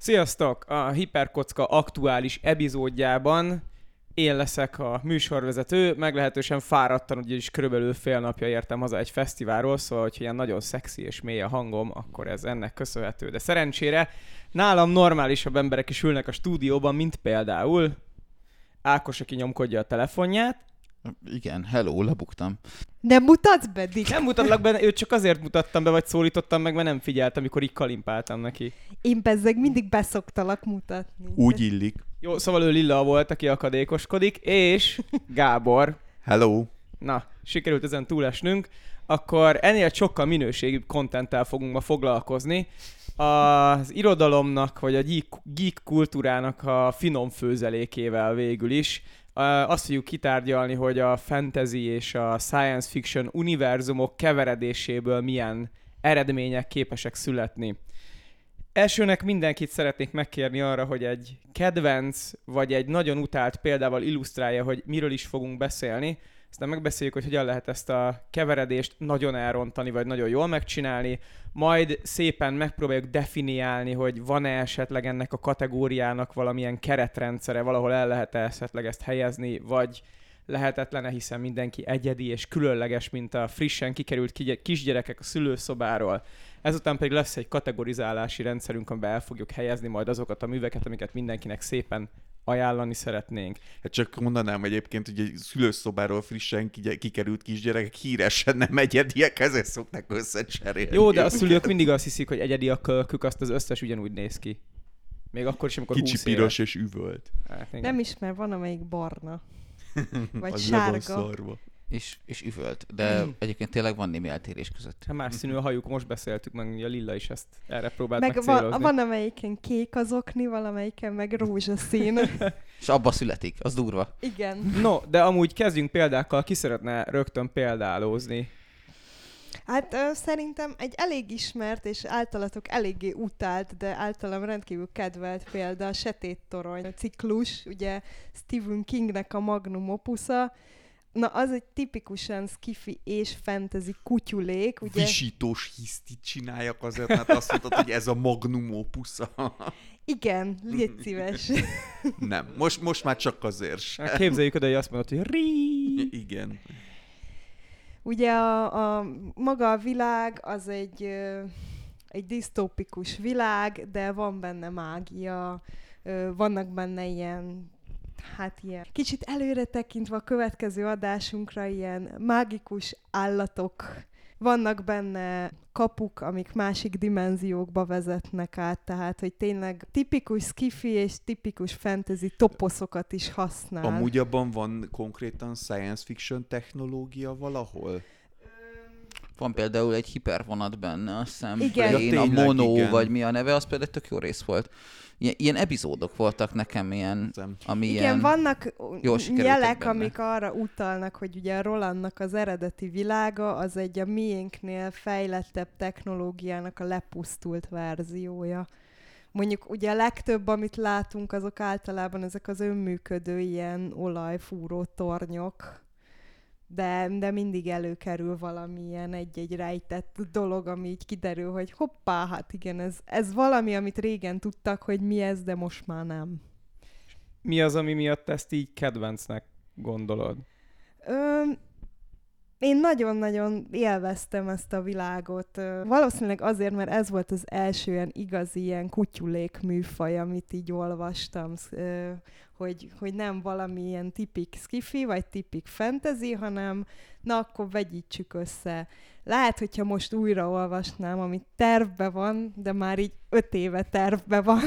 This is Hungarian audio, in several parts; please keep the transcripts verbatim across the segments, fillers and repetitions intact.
Sziasztok! A Hiperkocka aktuális epizódjában én leszek a műsorvezető, meglehetősen fáradtan, ugyanis körülbelül fél napja értem haza egy fesztiválról, szóval, hogyha ilyen nagyon szexi és mély a hangom, akkor ez ennek köszönhető. De szerencsére nálam normálisabb emberek is ülnek a stúdióban, mint például Ákos, aki nyomkodja a telefonját. Igen, hello, lebuktam. Nem mutatsz be, Dick? Nem mutatlak be, őt csak azért mutattam be, vagy szólítottam meg, mert nem figyeltem, amikor így kalimpáltam neki. Én bezzeg mindig beszoktalak mutatni. Úgy illik. Jó, szóval ő Lilla volt, aki akadékoskodik, és Gábor. Hello. Na, sikerült ezen túlesnünk. Akkor ennél sokkal minőségibb contenttel fogunk ma foglalkozni. Az irodalomnak, vagy a geek kultúrának a finom főzelékével végül is. Azt fogjuk kitárgyalni, hogy a fantasy és a science fiction univerzumok keveredéséből milyen eredmények képesek születni. Elsőnek mindenkit szeretnék megkérni arra, hogy egy kedvenc, vagy egy nagyon utált példával illusztrálja, hogy miről is fogunk beszélni. Aztán megbeszéljük, hogy hogyan lehet ezt a keveredést nagyon elrontani, vagy nagyon jól megcsinálni. Majd szépen megpróbáljuk definiálni, hogy van-e esetleg ennek a kategóriának valamilyen keretrendszere, valahol el lehet-e esetleg ezt helyezni, vagy lehetetlene, hiszen mindenki egyedi és különleges, mint a frissen kikerült kisgyerekek a szülőszobáról. Ezután pedig lesz egy kategorizálási rendszerünk, amiben el fogjuk helyezni majd azokat a műveket, amiket mindenkinek szépen ajánlani szeretnénk. Hát csak mondanám egyébként, hogy egy szülőszobáról frissen kikerült kisgyerekek híresen nem egyediek, ezért szokták összecserélni. Jó, de a szülők mindig azt hiszik, hogy egyedi a kölkük, azt az összes ugyanúgy néz ki. Még akkor is, amikor Kicsi piros és üvölt. Hát, nem ismer, van amelyik barna. Vagy az sárga. És, és üvölt, de mm. egyébként tényleg van némi eltérés között. Hát más színű a hajuk, most beszéltük meg, hogy a Lilla is ezt erre próbált meg megcélozni. Van, van amelyiken kék az okni, valamelyiken meg rózsaszín. És abba születik, az durva. Igen. No, de amúgy kezdjünk példákkal, ki szeretne rögtön példálózni? Hát ö, szerintem egy elég ismert és általatok eléggé utált, de általam rendkívül kedvelt példa a Sötét-torony ciklus, ugye Stephen Kingnek a magnum opusza. Na, az egy tipikusan skifi és fantasy kutyulék, ugye? Visítós hisztit csináljak azért, mert azt mondtad, hogy ez a magnum opusza. Igen, légy szíves. Nem, most, most már csak azért sem. Képzeljük oda, hogy azt mondod, hogy ri. Igen. Ugye a, a maga a világ az egy, egy disztópikus világ, de van benne mágia, vannak benne ilyen, hát ilyen kicsit előre tekintve a következő adásunkra ilyen mágikus állatok, vannak benne kapuk, amik másik dimenziókba vezetnek át, tehát hogy tényleg tipikus skifi és tipikus fantasy toposzokat is használ. Amúgy abban van konkrétan science fiction technológia valahol? Van például egy hipervonat benne, azt hiszem. Igen. Ja, tényleg, a Mono, igen. vagy mi a neve, az például tök jó rész volt. Ilyen, ilyen epizódok voltak nekem ilyen, ami igen, ilyen... vannak jelek, benne. amik arra utalnak, hogy ugye a Rolandnak az eredeti világa az egy a miénknél fejlettebb technológiának a lepusztult verziója. Mondjuk ugye a legtöbb, amit látunk, azok általában ezek az önműködő ilyen olajfúró tornyok, de, de mindig előkerül valamilyen egy-egy rejtett dolog, ami így kiderül, hogy hoppá, hát igen, ez, ez valami, amit régen tudtak, hogy mi ez, de most már nem. Mi az, ami miatt ezt így kedvencnek gondolod? Ö, én nagyon-nagyon élveztem ezt a világot. Valószínűleg azért, mert ez volt az első ilyen igazi ilyen kutyulék műfaj, amit így olvastam, hogy, hogy nem valami ilyen tipik skifi, vagy tipik fantasy, hanem na akkor vegyítsük össze. Lehet, hogyha most újra olvasnám, amit tervbe van, de már így öt éve tervbe van,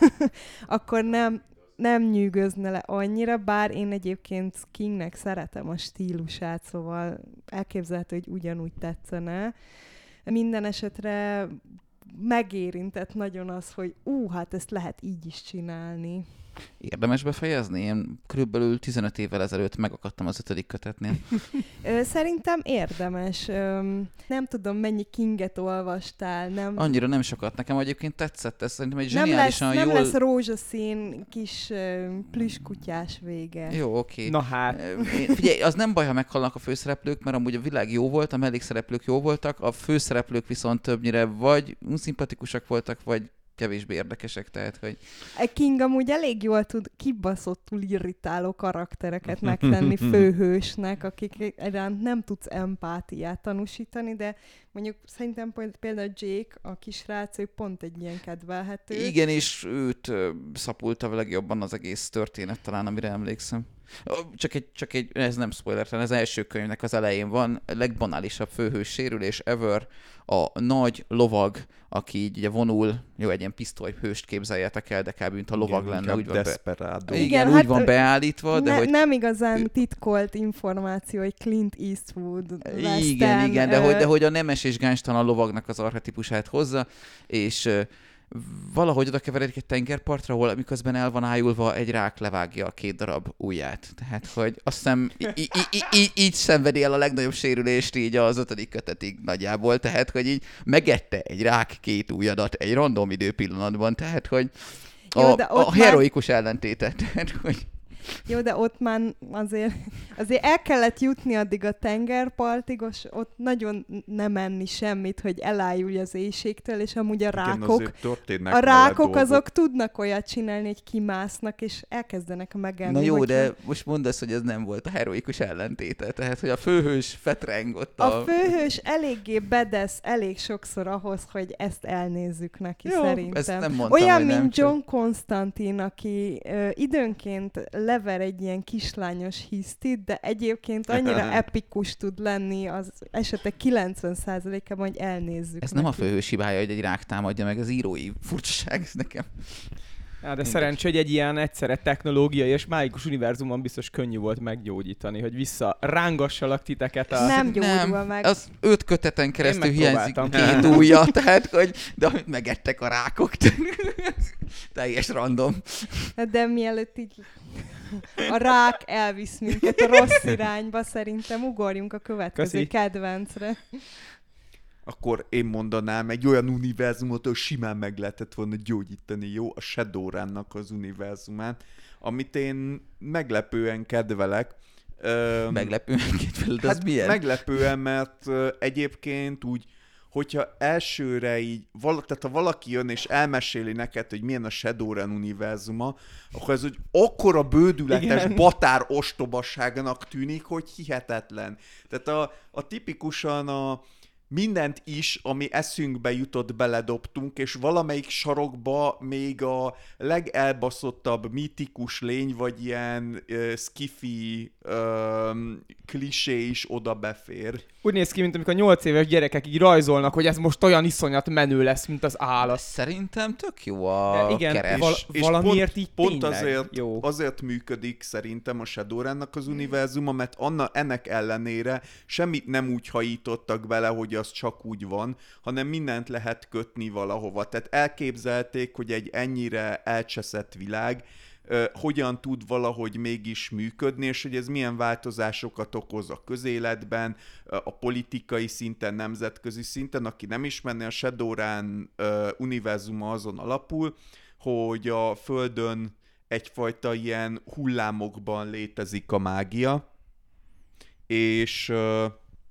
akkor nem, nem nyűgözne le annyira, bár én egyébként Kingnek szeretem a stílusát, szóval elképzelhető, hogy ugyanúgy tetszene. Minden esetre megérintett nagyon az, hogy ú, hát ezt lehet így is csinálni. Érdemes befejezni? Én körülbelül tizenöt évvel ezelőtt megakadtam az ötödik kötetnél. Szerintem érdemes. Nem tudom, mennyi Kinget olvastál. Nem... Annyira nem sokat. Nekem egyébként tetszett. Ez szerintem egy nem zseniálisan lesz, jól... Nem lesz rózsaszín kis plüsskutyás vége. Jó, oké. Na hát. Figyelj, az nem baj, ha meghalnak a főszereplők, mert amúgy a világ jó volt, a mellékszereplők jó voltak, a főszereplők viszont többnyire vagy unszimpatikusak voltak, vagy kevésbé érdekesek, tehát, hogy... A King amúgy elég jól tud kibaszottul irritáló karaktereket megtenni főhősnek, akik iránt nem tudsz empátiát tanúsítani, de mondjuk szerintem például Jake, a kisrác, ő pont egy ilyen kedvelhető. Igen, és őt ö, szapulta a legjobban az egész történet talán, amire emlékszem. Csak egy, csak egy, ez nem spoiler, talán az első könyvnek az elején van, a legbanálisabb főhős sérülés ever, a nagy lovag, aki így ugye vonul, jó, egy ilyen pisztolyhőst képzeljetek el, de kb. Mint a lovag igen, lenne. Úgy van, be... igen, igen, úgy hát, van beállítva, de ne, hogy... Nem igazán titkolt információ, hogy Clint Eastwood western. Igen, igen, de, ö... hogy, de hogy a nemes és gánstalan lovagnak az archetípusát hozza, és... valahogy oda keveredik egy tengerpartra, ahol miközben el van ájulva, egy rák levágja a két darab ujját. Tehát, hogy azt hiszem, í- í- í- í- így szenvedi el a legnagyobb sérülést így az ötödik kötetig nagyjából. Tehát, hogy így megette egy rák két ujjadat egy random időpillanatban. Tehát, hogy a, Jó, a heroikus már... ellentéte. Tehát, hogy... Jó, de ott már azért, azért el kellett jutni addig a tengerpartig, és ott nagyon nem enni semmit, hogy elájulj az éjségtől, és amúgy a rákok, igen, a rákok azok tudnak olyat csinálni, hogy kimásznak, és elkezdenek megenni. Na jó, hogyha... de most mondd azt, hogy ez nem volt a heroikus ellentéte, tehát, hogy a főhős fetreng ott a... A főhős eléggé bedesz elég sokszor ahhoz, hogy ezt elnézzük neki, jó, szerintem. Ezt nem mondtam, olyan, mint nem, John csak... Constantine, aki ö, időnként lever egy ilyen kislányos hisztit, de egyébként annyira epikus tud lenni az esetek kilencven százalékában, hogy elnézzük Ez neki. nem a főhős hibája, hogy egy rák támadja meg, az írói furcsaság, ez nekem. Ja, de szerencsé, hogy egy ilyen egyszerre technológiai és mágikus univerzumon biztos könnyű volt meggyógyítani, hogy vissza rángassalak titeket a... Nem gyógyul meg. Az öt köteten keresztül hiányzik két ujja, tehát, hogy de amit megettek a rákok, teljes random. De mielőtt így a rák elvisz minket a rossz irányba, szerintem ugorjunk a következő Köszi. kedvencre. Akkor én mondanám egy olyan univerzumot, hogy simán meg lehetett volna gyógyítani, jó? A Shadowrunnak az univerzumát, amit én meglepően kedvelek. Meglepően kedveled, hát az milyen? Meglepően, mert egyébként úgy, hogyha elsőre így, val- tehát ha valaki jön és elmeséli neked, hogy milyen a Shadowrun univerzuma, akkor ez úgy akkora bődületes Igen. batár ostobaságnak tűnik, hogy hihetetlen. Tehát a, a tipikusan a mindent is, ami eszünkbe jutott, beledobtunk, és valamelyik sarokba még a legelbaszottabb mítikus lény, vagy ilyen uh, skifi uh, klisé is oda befér. Úgy néz ki, mint amikor nyolc éves gyerekek így rajzolnak, hogy ez most olyan iszonyat menő lesz, mint az állat. Szerintem tök jó a igen, keres. Val- és valamiért pont, így pont azért, jó. azért működik szerintem a Shadowrunnak az univerzuma, mert anna, ennek ellenére semmit nem úgy hajítottak bele, hogy az csak úgy van, hanem mindent lehet kötni valahova. Tehát elképzelték, hogy egy ennyire elcseszett világ uh, hogyan tud valahogy mégis működni, és hogy ez milyen változásokat okoz a közéletben, uh, a politikai szinten, nemzetközi szinten. Aki nem ismerné, a Shadowrun uh, univerzuma azon alapul, hogy a Földön egyfajta ilyen hullámokban létezik a mágia, és uh,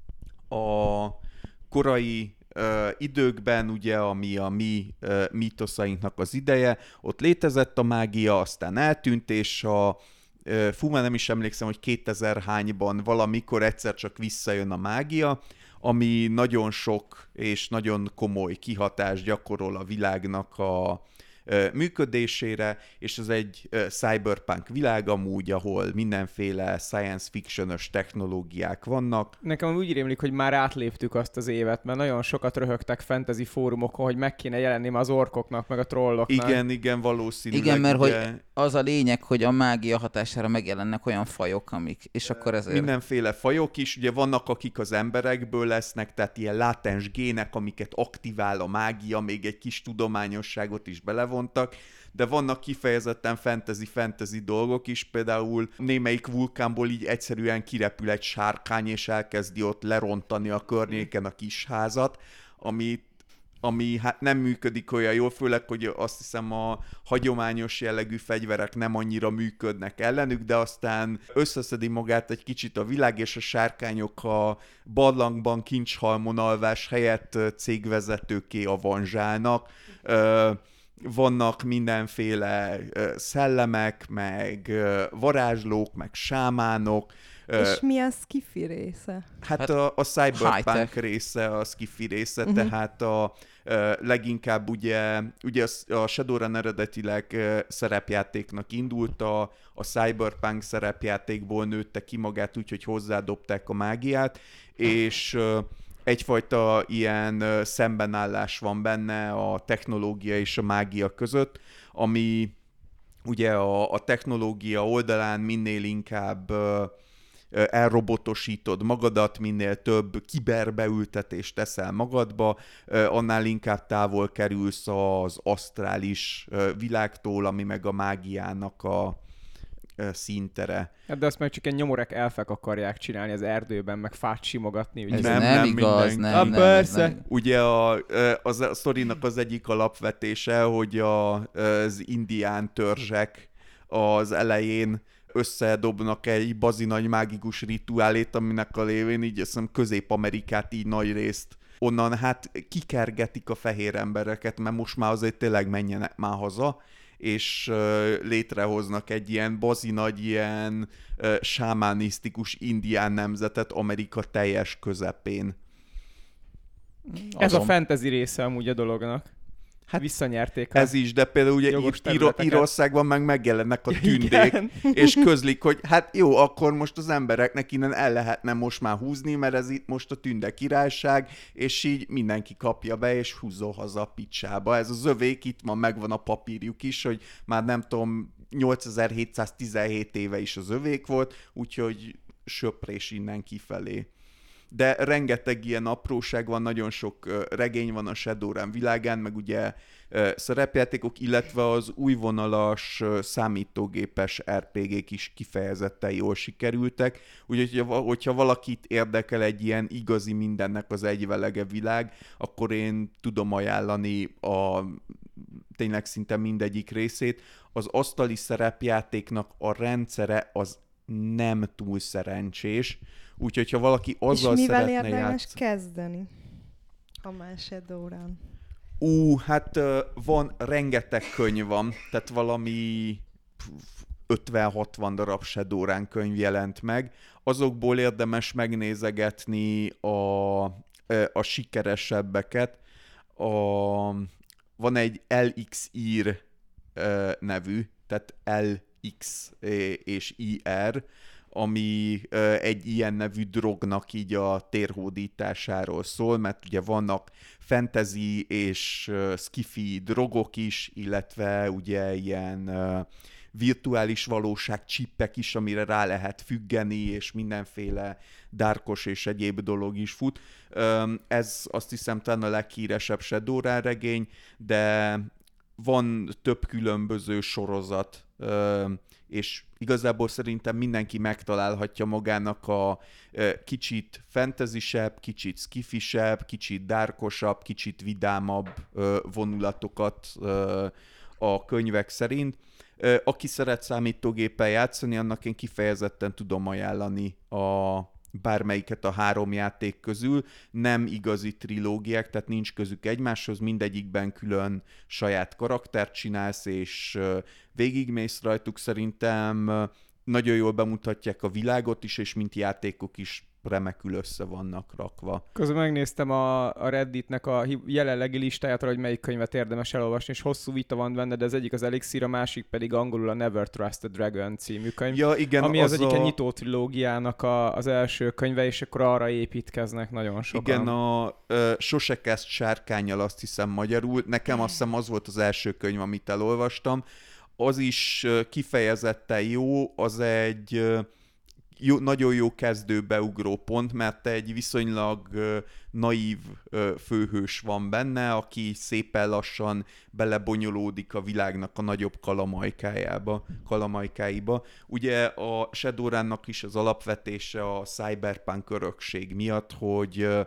a korai uh, időkben, ugye, ami a mi uh, mítoszainknak az ideje, ott létezett a mágia, aztán eltűnt, és a uh, fú, már nem is emlékszem, hogy kétezer hányban valamikor egyszer csak visszajön a mágia, ami nagyon sok és nagyon komoly kihatást gyakorol a világnak a működésére, és ez egy cyberpunk világ amúgy, ahol mindenféle science fiction-ös technológiák vannak. Nekem úgy rémlik, hogy már átléptük azt az évet, mert nagyon sokat röhögtek fantasy fórumokon, hogy meg kéne jelenni az orkoknak, meg a trolloknak. Igen, igen, valószínűleg. Igen, mert ugye... hogy az a lényeg, hogy a mágia hatására megjelennek olyan fajok, amik, és akkor ezért... Mindenféle fajok is, ugye vannak, akik az emberekből lesznek, tehát ilyen látens gének, amiket aktivál a mágia, még egy kis tudományosságot is belevontak, de vannak kifejezetten fantasy-fantasy dolgok is, például némelyik vulkánból így egyszerűen kirepül egy sárkány, és elkezdi ott lerontani a környéken a kis házat, ami ami hát nem működik olyan jól, főleg, hogy azt hiszem a hagyományos jellegű fegyverek nem annyira működnek ellenük, de aztán összeszedi magát egy kicsit a világ, és a sárkányok a barlangban kincshalmon alvás helyett cégvezetőké avanzsálnak. vannak mindenféle ö, szellemek, meg ö, varázslók, meg sámánok. Ö, És mi a skifi része? Hát, Hát a, a cyberpunk high-tech. része, a skifi része, Mhm. uh-huh. tehát a ö, leginkább ugye, ugye a, a Shadowrun eredetileg ö, szerepjátéknak indult, a, a cyberpunk szerepjátékból nőtte ki magát, úgyhogy hozzádobták a mágiát, és ö, egyfajta ilyen ö, szembenállás van benne a technológia és a mágia között, ami ugye a, a technológia oldalán minél inkább ö, ö, elrobotosítod magadat, minél több kiberbeültetést teszel magadba, ö, annál inkább távol kerülsz az asztrális ö, világtól, ami meg a mágiának a ö, színtere. Hát de azt meg csak egy nyomorek elfek akarják csinálni az erdőben, meg fát simogatni. Ugye? Ez Nem, nem, nem igaz, mindenki. nem, Ah, nem, persze. nem. Ugye a, ö, az, a sztorinak az egyik alapvetése, hogy a, az indián törzsek az elején összedobnak egy bazi nagy mágikus rituálét, aminek a lévén így azt hiszem Közép-Amerikát így nagy részt onnan hát kikergetik a fehér embereket, mert most már azért tényleg menjenek már haza, és ö, létrehoznak egy ilyen bazi nagy, ilyen ö, sámánisztikus indián nemzetet Amerika teljes közepén. Ez a Azon. fantasy része amúgy a dolognak. Hát Visszanyerték. Ez is, de például ugye Jogos Ír- Ír- területeket. Írországban meg megjelennek a tündék, Igen. és közlik, hogy hát jó, akkor most az embereknek innen el lehetne most már húzni, mert ez itt most a tünde királyság, és így mindenki kapja be, és húzzó haza a picsába. Ez az övék, itt van, megvan a papírjuk is, hogy már nem tudom, nyolcezer-hétszáztizenhét éve is az övék volt, úgyhogy söprés innen kifelé. De rengeteg ilyen apróság van, nagyon sok ö, regény van a Shadowrun világán, meg ugye ö, szerepjátékok, illetve az újvonalas ö, számítógépes er pé gé-k is kifejezetten jól sikerültek. Úgyhogy hogyha, hogyha valakit érdekel egy ilyen igazi mindennek az egyvelege világ, akkor én tudom ajánlani a tényleg szinte mindegyik részét. Az asztali szerepjátéknak a rendszere az nem túl szerencsés, úgyhogy ha valaki azzal És mivel szeretne érdemes játszani... kezdeni? Ha már Shadowrun. Ú, hát ö, van, rengeteg könyv van, tehát valami ötven-hatvan darab Shadowrun könyv jelent meg. Azokból érdemes megnézegetni a, ö, a sikeresebbeket. A, van egy el iksz ír ö, nevű, tehát el iksz és i er, ami ö, egy ilyen nevű drognak így a térhódításáról szól, mert ugye vannak fantasy és ö, skifi drogok is, illetve ugye ilyen ö, virtuális valóság csippek is, amire rá lehet függeni, és mindenféle dárkos és egyéb dolog is fut. Ö, ez azt hiszem talán a leghíresebb Shadowrun regény, de van több különböző sorozat, ö, és igazából szerintem mindenki megtalálhatja magának a ö, kicsit fantasy-sebb, kicsit skifisebb, kicsit dárkosabb, kicsit vidámabb ö, vonulatokat ö, a könyvek szerint. Ö, aki szeret számítógéppel játszani, annak én kifejezetten tudom ajánlani a bármelyiket a három játék közül. Nem igazi trilógiák, tehát nincs közük egymáshoz, mindegyikben külön saját karaktert csinálsz, és végigmész rajtuk. Szerintem nagyon jól bemutatják a világot is, és mint játékok is remekül össze vannak rakva. Közben megnéztem a, a Redditnek a hi- jelenlegi listáját, hogy melyik könyvet érdemes elolvasni, és hosszú vita van benne, de az egyik az Elixir, a másik pedig angolul a Never Trust a Dragon című könyv. Ja, igen, ami az, az egyik a... a nyitó trilógiának a, az első könyve, és akkor arra építkeznek nagyon sokan. Igen, a ö, Sose kezd sárkánnyal, azt hiszem magyarul. Nekem azt hiszem az volt az első könyv, amit elolvastam. Az is ö, kifejezetten jó, az egy ö, jó, nagyon jó kezdőbeugró pont, mert egy viszonylag ö, naív ö, főhős van benne, aki szépen lassan belebonyolódik a világnak a nagyobb kalamajkájába, kalamajkáiba. Ugye a Shadowrunnak is az alapvetése a cyberpunk örökség miatt, hogy ö,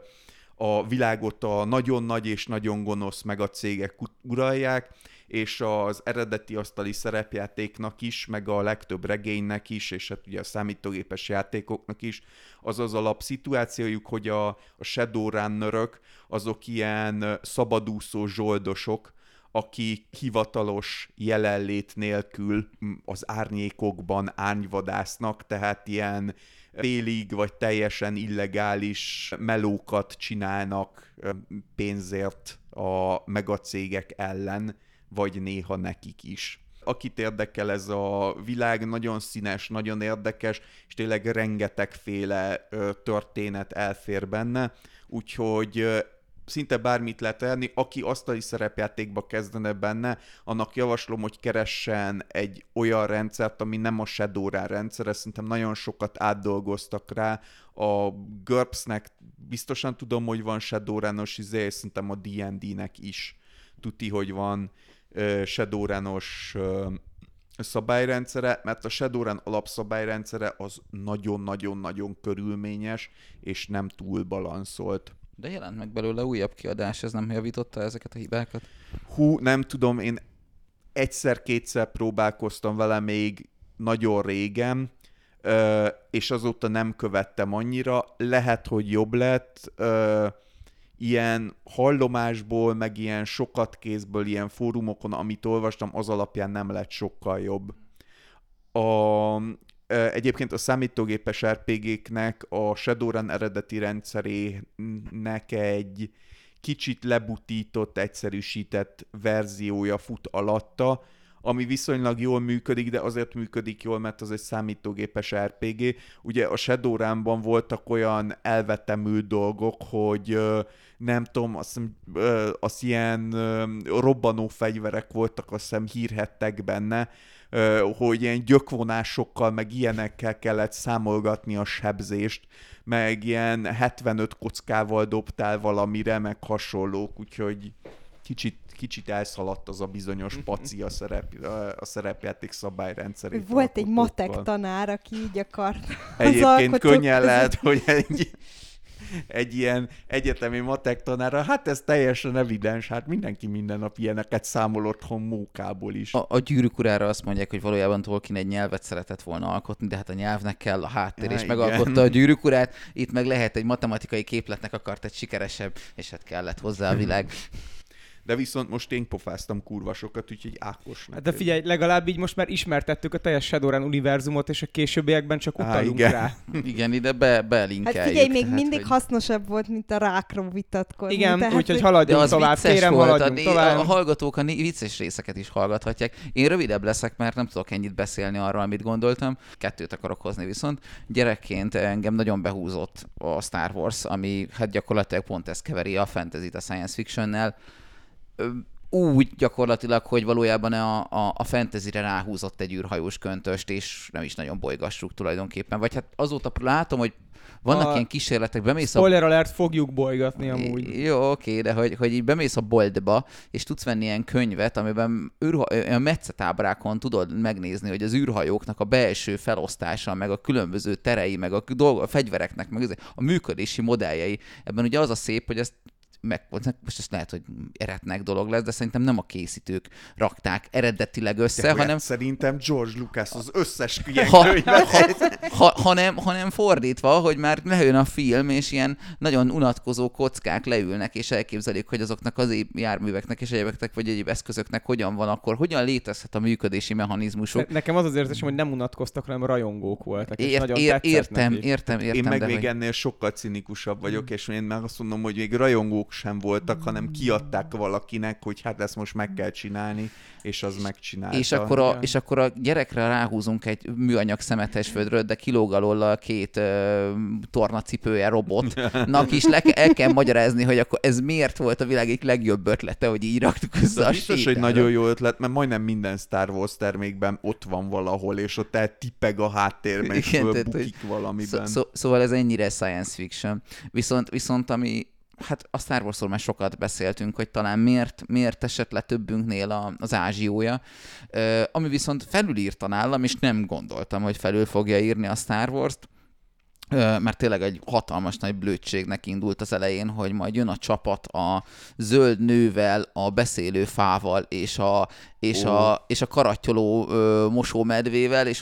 a világot a nagyon nagy és nagyon gonosz megacégek uralják, és az eredeti asztali szerepjátéknak is, meg a legtöbb regénynek is, és hát ugye a számítógépes játékoknak is az az alapszituációjuk, hogy a, a Shadowrunnerök azok ilyen szabadúszó zsoldosok, akik hivatalos jelenlét nélkül az árnyékokban árnyvadásznak, tehát ilyen félig vagy teljesen illegális melókat csinálnak pénzért a megacégek ellen, vagy néha nekik is. Akit érdekel ez a világ, nagyon színes, nagyon érdekes, és tényleg rengetegféle történet elfér benne, úgyhogy szinte bármit lehet elni. Aki asztali szerepjátékba kezdene benne, annak javaslom, hogy keressen egy olyan rendszert, ami nem a Shadowrun rendszere, szerintem nagyon sokat átdolgoztak rá. A GURPS-nek biztosan tudom, hogy van Shadowrun-os izé, és szerintem a dé and dé-nek is tuti, hogy van uh, Shadowrun-os uh, szabályrendszere, mert a Shadowrun alapszabályrendszere az nagyon-nagyon-nagyon körülményes, és nem túl balanszolt. De jelent meg belőle újabb kiadás, ez nem javította ezeket a hibákat? Hú, nem tudom, én egyszer-kétszer próbálkoztam vele még nagyon régen, és azóta nem követtem annyira. Lehet, hogy jobb lett. Ilyen hallomásból, meg ilyen sokat kézből, ilyen fórumokon, amit olvastam, az alapján nem lett sokkal jobb. A... Egyébként a számítógépes er pé géknek a Shadowrun eredeti rendszerének egy kicsit lebutított, egyszerűsített verziója fut alatta, ami viszonylag jól működik, de azért működik jól, mert az egy számítógépes er pé gé. Ugye a Shadowrunban voltak olyan elvetemült dolgok, hogy nem tudom, azt, azt ilyen robbanó fegyverek voltak, azt hiszem hírhettek benne, hogy ilyen gyökvonásokkal, meg ilyenekkel kellett számolgatni a sebzést, meg ilyen hetvenöt kockával dobtál valamire, meg hasonlók, úgyhogy kicsit, kicsit elszaladt az a bizonyos paci a, szerep, a szerepjáték szabályrendszerét. Volt egy matek tanár, aki így akart. Egyébként könnyen lehet, hogy egy... egy ilyen egyetemi matek tanára, hát ez teljesen evidens, hát mindenki minden nap ilyeneket számol otthon mókából is. A, a Gyűrűk urára azt mondják, hogy valójában Tolkien egy nyelvet szeretett volna alkotni, de hát a nyelvnek kell a háttér, ja, és igen. Megalkotta a Gyűrűk urát, itt meg lehet egy matematikai képletnek akart egy sikeresebb, és hát kellett hozzá a világ. De viszont most én pofáztam kurva sokat, úgyhogy Ákosnak. De figyelj, legalább így most már ismertettük a teljes Shadowrun univerzumot, és a későbbiekben csak utalunk Á, igen. rá. Igen, ide be, belinkeljük. Hát figyelj, még tehát, mindig hogy... hasznosabb volt, mint a rákról vitatkozni. Igen, tehát, úgyhogy hogy... haladjunk tovább, kérem, volt. haladjunk a, tovább. A hallgatók a vicces részeket is hallgathatják. Én rövidebb leszek, mert nem tudok ennyit beszélni arról, amit gondoltam. Kettőt akarok hozni viszont. Gyerekként engem nagyon behúzott a Star Wars, ami hát gyakorlatilag pont ezt keveri a fantasy-t a science fiction-nel. Úgy gyakorlatilag, hogy valójában a, a, a fantasyre ráhúzott egy űrhajós köntöst, és nem is nagyon bolygassuk tulajdonképpen. Vagy hát azóta látom, hogy vannak a... ilyen kísérletek, bemész Spoiler a... alert, fogjuk bolygatni amúgy. Jó, oké, de hogy, hogy így bemész a boltba, és tudsz venni ilyen könyvet, amiben űrha... a metszetábrákon tudod megnézni, hogy az űrhajóknak a belső felosztása, meg a különböző terei, meg a, dolg... a fegyvereknek, meg a működési modelljei. Ebben ugye az a szép, hogy ezt meg, most ez lehet, hogy eretnek dolog lesz, de szerintem nem a készítők rakták eredetileg össze, de hanem... Szerintem George Lucas az összes ilyen ha, könyvet... Ha, ha, hanem, hanem fordítva, hogy már lejön a film, és ilyen nagyon unatkozó kockák leülnek, és elképzelik, hogy azoknak az járműveknek és egyébeknek, vagy egyéb eszközöknek hogyan van, akkor hogyan létezhet a működési mechanizmusuk. Nekem az az érzésem, hogy nem unatkoztak, hanem rajongók voltak, és Ért, nagyon ér, értem, nekik. értem, értem. Én meg de még hogy... ennél sokkal cinikusabb vagyok, és én meg azt mondom, hogy még rajongók sem voltak, hanem kiadták valakinek, hogy hát ezt most meg kell csinálni, és az megcsinálta. És akkor a, és akkor a gyerekre ráhúzunk egy műanyag szemetes földről, de kilóg alól a két uh, tornacipője robotnak is le ke- el kell magyarázni, hogy akkor ez miért volt a világ egyik legjobb ötlete, hogy így raktuk össze a biztos, hogy nagyon jó ötlet, mert majdnem minden Star Wars termékben ott van valahol, és ott eltipeg a háttérben, és fölbukik valamiben. Szó, szóval ez ennyire science fiction. Viszont, viszont ami hát a Star Wars-ról már sokat beszéltünk, hogy talán miért, miért esett le többünknél a, az ázsiója, ami viszont felülírta nálam, és nem gondoltam, hogy felül fogja írni a Star Wars-t, mert tényleg egy hatalmas nagy blödségnek indult az elején, hogy majd jön a csapat a zöld nővel, a beszélő fával és a, és oh. a, és a karattyoló mosómedvével, és hogy ez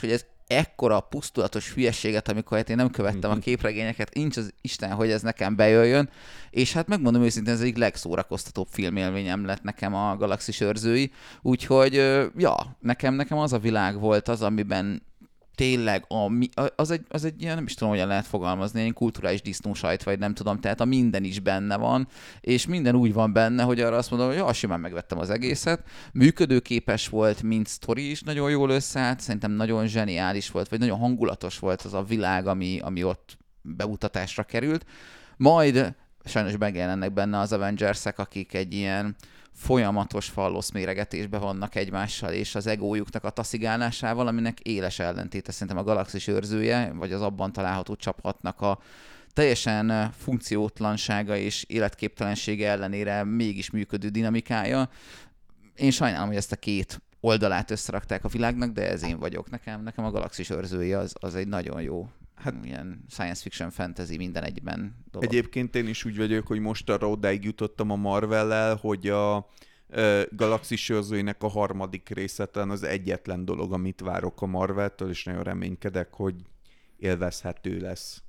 ekkora pusztulatos hülyeséget, amikor hát én nem követtem a képregényeket, nincs az Isten, hogy ez nekem bejöjjön, és hát megmondom őszintén, ez egyik legszórakoztatóbb filmélményem lett nekem a Galaxis őrzői, úgyhogy ja, nekem, nekem az a világ volt az, amiben tényleg a, az, egy, az egy ilyen, nem is tudom, hogyan lehet fogalmazni, egy kulturális disznósajt, vagy nem tudom, tehát a minden is benne van, és minden úgy van benne, hogy arra azt mondom, hogy ja, simán megvettem az egészet. Működőképes volt, mint sztori is nagyon jól összeállt, szerintem nagyon zseniális volt, vagy nagyon hangulatos volt az a világ, ami, ami ott bemutatásra került. Majd sajnos megjelennek benne az Avengersek, akik egy ilyen folyamatos fallosz méregetésbe vannak egymással, és az egójuknak a taszigálásával, aminek éles ellentéte szerintem a Galaxis őrzője, vagy az abban található csapatnak a teljesen funkciótlansága és életképtelensége ellenére mégis működő dinamikája. Én sajnálom, hogy ezt a két oldalát összerakták a világnak, de ez én vagyok. Nekem, nekem a Galaxis őrzői az, az egy nagyon jó, hát ilyen science fiction, fantasy minden egyben dolog. Egyébként én is úgy vagyok, hogy most arra odáig jutottam a Marvellel, hogy a ö, Galaxis őrzőinek a harmadik része talán az egyetlen dolog, amit várok a Marveltől, és nagyon reménykedek, hogy élvezhető lesz.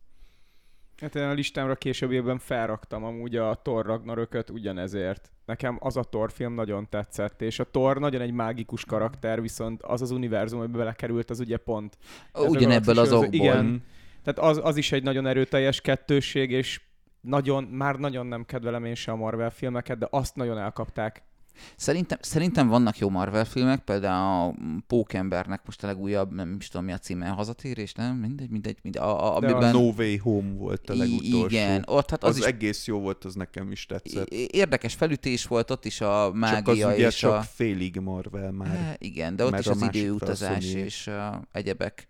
Hát én a listámra későbbiekben felraktam amúgy a Thor Ragnarököt ugyanezért. Nekem az a Thor film nagyon tetszett, és a Thor nagyon egy mágikus karakter, viszont az az univerzum, amiben belekerült, az ugye pont. Ugyanebből az okból. Igen. Tehát az, az is egy nagyon erőteljes kettősség, és nagyon, már nagyon nem kedvelem én sem a Marvel filmeket, de azt nagyon elkapták. Szerintem, szerintem vannak jó Marvel filmek, például a Pókembernek most a legújabb, nem is tudom mi a címe, Hazatérés, nem? Mindegy, mindegy. mindegy a, a, amiben... No Way Home volt a legutolsó. Igen, ott hát az, az is... egész jó volt, az nekem is tetszett. Érdekes felütés volt ott is a mágia csak az ugye és csak a... félig Marvel már. Há, igen, de ott is az időutazás és uh, egyebek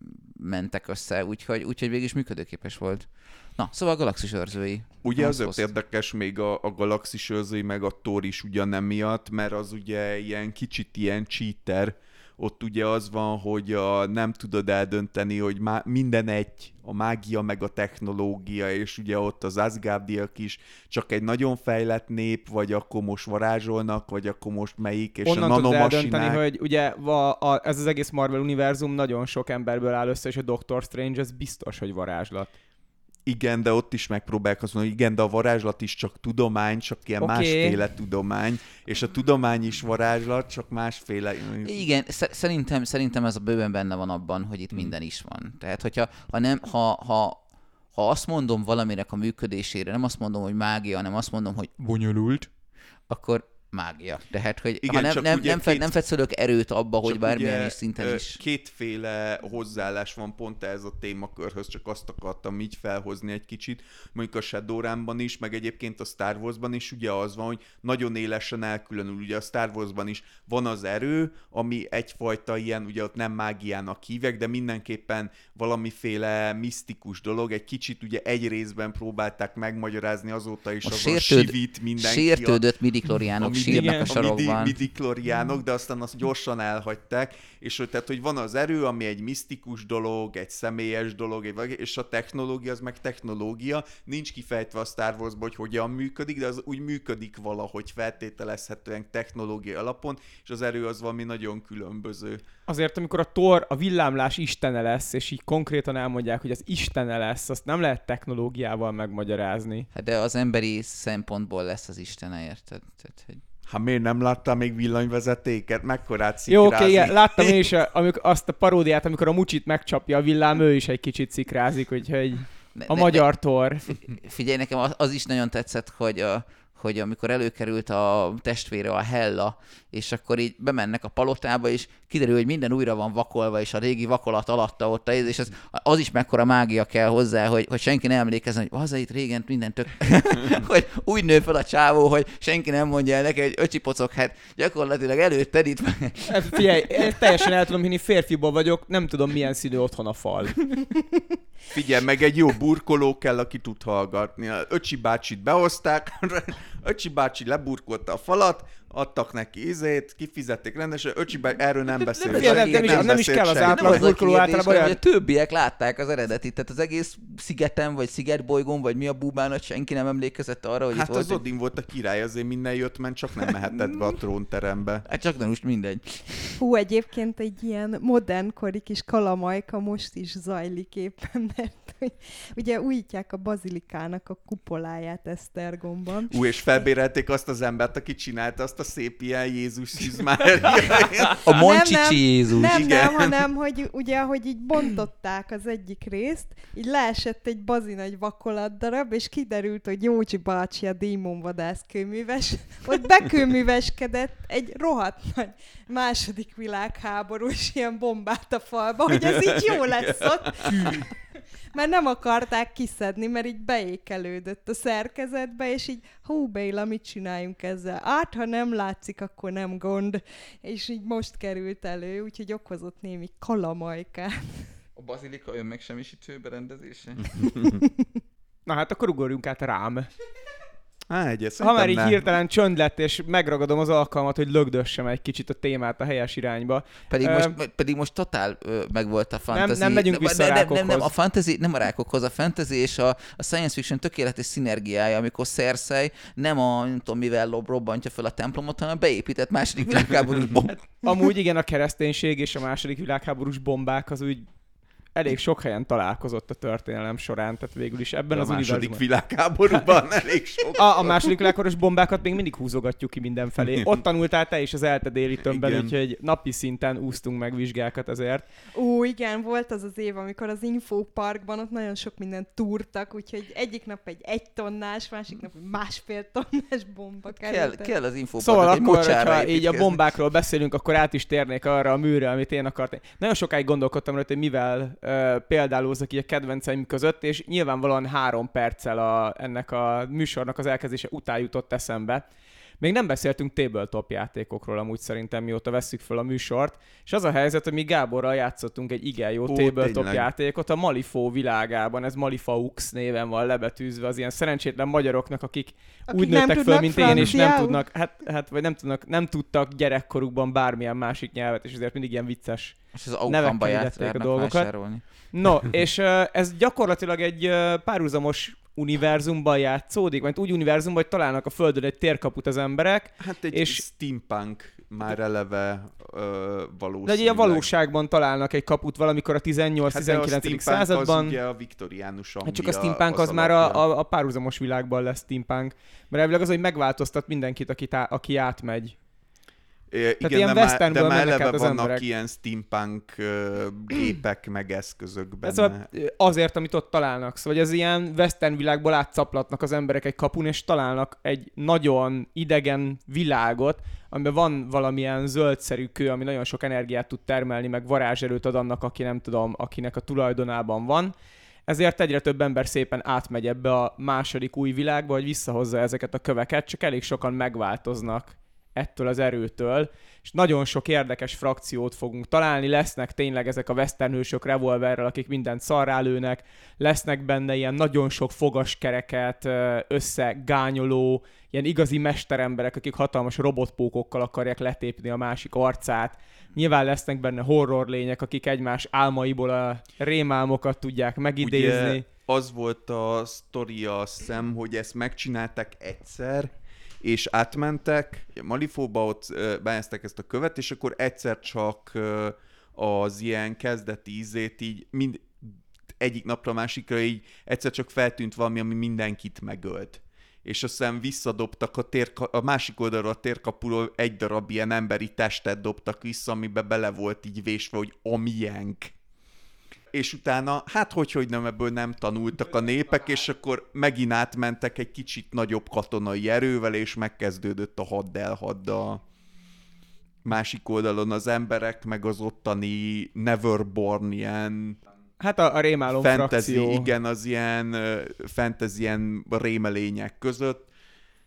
mentek össze, úgyhogy, úgyhogy végig is működőképes volt. Na, szóval a Galaxis őrzői. Ugye azért hozt... érdekes még a, a Galaxis őrzői, meg a Thor is ugyan miatt, mert az ugye ilyen kicsit ilyen cheater. Ott ugye az van, hogy a, nem tudod eldönteni, hogy má, minden egy, a mágia meg a technológia, és ugye ott az Asgardiak is csak egy nagyon fejlett nép, vagy akkor most varázsolnak, vagy akkor most melyik, és onnan a nanomasinák... tudod eldönteni, hogy ugye a, a, ez az egész Marvel univerzum nagyon sok emberből áll össze, és a Doctor Strange ez biztos, hogy varázslat. Igen, de ott is megpróbálják azt mondani, hogy igen, de a varázslat is csak tudomány, csak ilyen okay. másféle tudomány, és a tudomány is varázslat, csak másféle... Igen, szerintem, szerintem ez a bőven benne van abban, hogy itt hmm. minden is van. Tehát, hogyha ha nem, ha, ha, ha azt mondom valaminek a működésére, nem azt mondom, hogy mágia, hanem azt mondom, hogy bonyolult, akkor mágia. Tehát, hogy igen, ha nem, nem, nem, két... nem fetszölök erőt abba, hogy bármilyen is szinten is... Kétféle hozzáállás van pont ez a témakörhöz, csak azt akartam így felhozni egy kicsit. Mondjuk a Shadowrunban is, meg egyébként a Star Warsban is ugye az van, hogy nagyon élesen elkülönül. Ugye a Star Warsban is van az erő, ami egyfajta ilyen, ugye ott nem mágiának hívják, de mindenképpen valamiféle misztikus dolog. Egy kicsit ugye egy részben próbálták megmagyarázni azóta is, az a sivit mindenki. Sértődött midi-kloriánok sírnak a sarokban. A midi-kloriánok, de aztán azt gyorsan elhagyták, és hogy, tehát, hogy van az erő, ami egy misztikus dolog, egy személyes dolog, egy, és a technológia az meg technológia. Nincs kifejtve a Star Warsban, hogy hogyan működik, de az úgy működik valahogy feltételezhetően technológia alapon, és az erő az valami nagyon különböző. Azért, amikor a Thor a villámlás istene lesz, és így konkrétan elmondják, hogy az istene lesz, azt nem lehet technológiával megmagyarázni. Hát de az emberi szempontból lesz az istene, érted? Tehát, hogy... Hát miért nem láttál még villanyvezetéket? Mekkorát szikrázik? Jó, oké, okay, igen, láttam én is a, amikor, azt a paródiát, amikor a Mucsit megcsapja a villám, ő is egy kicsit szikrázik, úgyhogy a ne, magyar ne, Thor. Figyelj, nekem az, az is nagyon tetszett, hogy a hogy amikor előkerült a testvére, a Hella, és akkor így bemennek a palotába, és kiderül, hogy minden újra van vakolva, és a régi vakolat alatta ott, és az, az is mekkora mágia kell hozzá, hogy, hogy senki nem emlékezzen, hogy haza itt régen minden tök... hogy úgy nő fel a csávó, hogy senki nem mondja el neki, hogy öcsi pocok, hát gyakorlatilag előtted itt... Figyelj, teljesen el tudom hinni, férfiból vagyok, nem tudom milyen színű otthon a fal. Figyelj, meg egy jó burkoló kell, aki tud hallgatni. Öcsi bácsit behozták, Öcsi bácsi leburkolta a falat, adtak neki izét, kifizették rendesen, Öcsi bácsi, erről nem beszél. Nem, nem, nem, is, nem is kell az átlag burkoló általában olyan. A többiek látták az eredetit, tehát az egész szigeten, vagy szigetbolygón, vagy mi a búbánat, senki nem emlékezett arra, hogy hát itt az volt. Odin volt a király, azért minden jött, ment, csak nem mehetett be a trónterembe. Hát csak nem most mindegy. Hú, egyébként egy ilyen modernkori kis kalamajka most is zajlik éppen, mert hogy ugye újítják a bazilikának a kupoláját Esztergomban. Ú, és felbérelték azt az embert, aki csinálta azt a szép ilyen Jézus szizmáriát. A Moncsicsi Jézus. Nem, Igen. nem, hanem, hogy ugye, ahogy így bontották az egyik részt, így leesett egy bazi nagy vakolat darab, és kiderült, hogy Józsi bácsi a démonvadász kőműves, ott bekőműveskedett egy rohadt nagy második világháborús ilyen bombát a falba, hogy ez így jó lesz ott. Mert nem akarták kiszedni, mert így beékelődött a szerkezetbe, és így, hú, Béla, mit csináljunk ezzel? Hát, ha nem látszik, akkor nem gond. És így most került elő, úgyhogy okozott némi kalamajkát. A bazilika önmegsemmisítő berendezése? Na hát akkor ugorjunk át rám. Há, egyet, Ha már így nem. hirtelen csönd lett, és megragadom az alkalmat, hogy lögdössem egy kicsit a témát a helyes irányba. Pedig, Ö, most, pedig most totál ö, megvolt a fantasy. nem megyünk vissza a nem, nem, nem, rákokhoz. a fantasy, nem a rákokhoz, a fantasy és a, a science fiction tökéletes szinergiája, amikor Cersei nem a, nem tudom mivel lob, robbantja fel a templomot, hanem beépített második világháborús bomb. Amúgy igen, a kereszténység és a második világháborús bombák az úgy elég sok helyen találkozott a történelem során, tehát végül is ebben a az második univerzumban. világháborúban elég sok. A, a második világháborús bombákat még mindig húzogatjuk ki mindenfelé. Ott tanultál te is az ELTE déli tömbben, Igen. úgyhogy napi szinten úsztunk meg vizsgákat ezért. Ú, igen, volt az az év, amikor az Infoparkban ott nagyon sok mindent túrtak, úgyhogy egyik nap egy egy tonnás, másik nap egy másfél tonnás bomba Kell, került. kell az infópark, Szóval egy akkor, mocsára ha így a építkezni. bombákról beszélünk, akkor át is térnék arra a műre, amit én akartam. Nagyon sokáig gondolkodtam rajta, hogy mivel uh, példálózzak így a kedvenceim között, és nyilvánvalóan három perccel a, ennek a műsornak az elkezdése után jutott eszembe. Még nem beszéltünk tabletop játékokról amúgy szerintem, mióta vesszük föl a műsort, és az a helyzet, hogy mi Gáborral játszottunk egy igen jó Ó, tabletop tényleg. játékot a Malifaux világában, ez Malifaux néven van lebetűzve az ilyen szerencsétlen magyaroknak, akik, Akik úgy nem nőttek föl, tudnak mint én, és nem franciául. tudnak, hát, hát vagy nem tudnak, nem tudtak gyerekkorukban bármilyen másik nyelvet, és ezért mindig ilyen vicces. És az nevekkel Auchanba hirdették a járnak dolgokat. vásárolni. No, és uh, ez gyakorlatilag egy uh, párhuzamos univerzumban játszódik, vagy úgy univerzumban, hogy találnak a Földön egy térkaput az emberek, Hát egy és- és... steampunk már eleve ö, valószínűleg. de egy ilyen valóságban találnak egy kaput valamikor a tizennyolc-tizenkilencedik Hát de a steampunk században. az ugye a viktoriánus Hát csak a Anglia steampunk az, az már a, alapja. a, a párhuzamos világban lesz steampunk. Mert elvileg az, hogy megváltoztat mindenkit, aki, tá- aki átmegy. É, igen, ilyen de, már, de westernből már mennek eleve át az vannak emberek. ilyen steampunk ö, gépek, meg eszközök benne. Ez a, azért, amit ott találnak. Szóval ez ilyen western világból átszaplatnak az emberek egy kapun, és találnak egy nagyon idegen világot, amiben van valamilyen zöldszerű kő, ami nagyon sok energiát tud termelni, meg varázserőt ad annak, aki nem tudom, akinek a tulajdonában van. Ezért egyre több ember szépen átmegy ebbe a második új világba, hogy visszahozza ezeket a köveket, csak elég sokan megváltoznak ettől az erőtől, és nagyon sok érdekes frakciót fogunk találni, lesznek tényleg ezek a westernhősök revolverrel, akik mindent szarrá lőnek, lesznek benne ilyen nagyon sok fogaskereket összegányoló, ilyen igazi mesteremberek, akik hatalmas robotpókokkal akarják letépni a másik arcát. Nyilván lesznek benne horror lények, akik egymás álmaiból a rémálmokat tudják megidézni. Ugye az volt a sztoria, azt hiszem, hogy ezt megcsinálták egyszer, és átmentek Malifóba, ott ö, beázták ezt a követ, és akkor egyszer csak ö, az ilyen kezdeti ízét így mind, egyik napra a másikra így egyszer csak feltűnt valami, ami mindenkit megölt. És aztán visszadobtak a, térka- a másik oldalra a térkapuról egy darab ilyen emberi testet dobtak vissza, amiben bele volt így vésve, hogy amienk. És utána, hát hogy, hogy nem, ebből nem tanultak a népek, és akkor megint átmentek egy kicsit nagyobb katonai erővel, és megkezdődött a hadd-elhadd a másik oldalon az emberek, meg az ottani Neverborn ilyen Hát a, a rémálom fantasy, frakció. igen, az ilyen uh, fantasy ilyen rémelények között.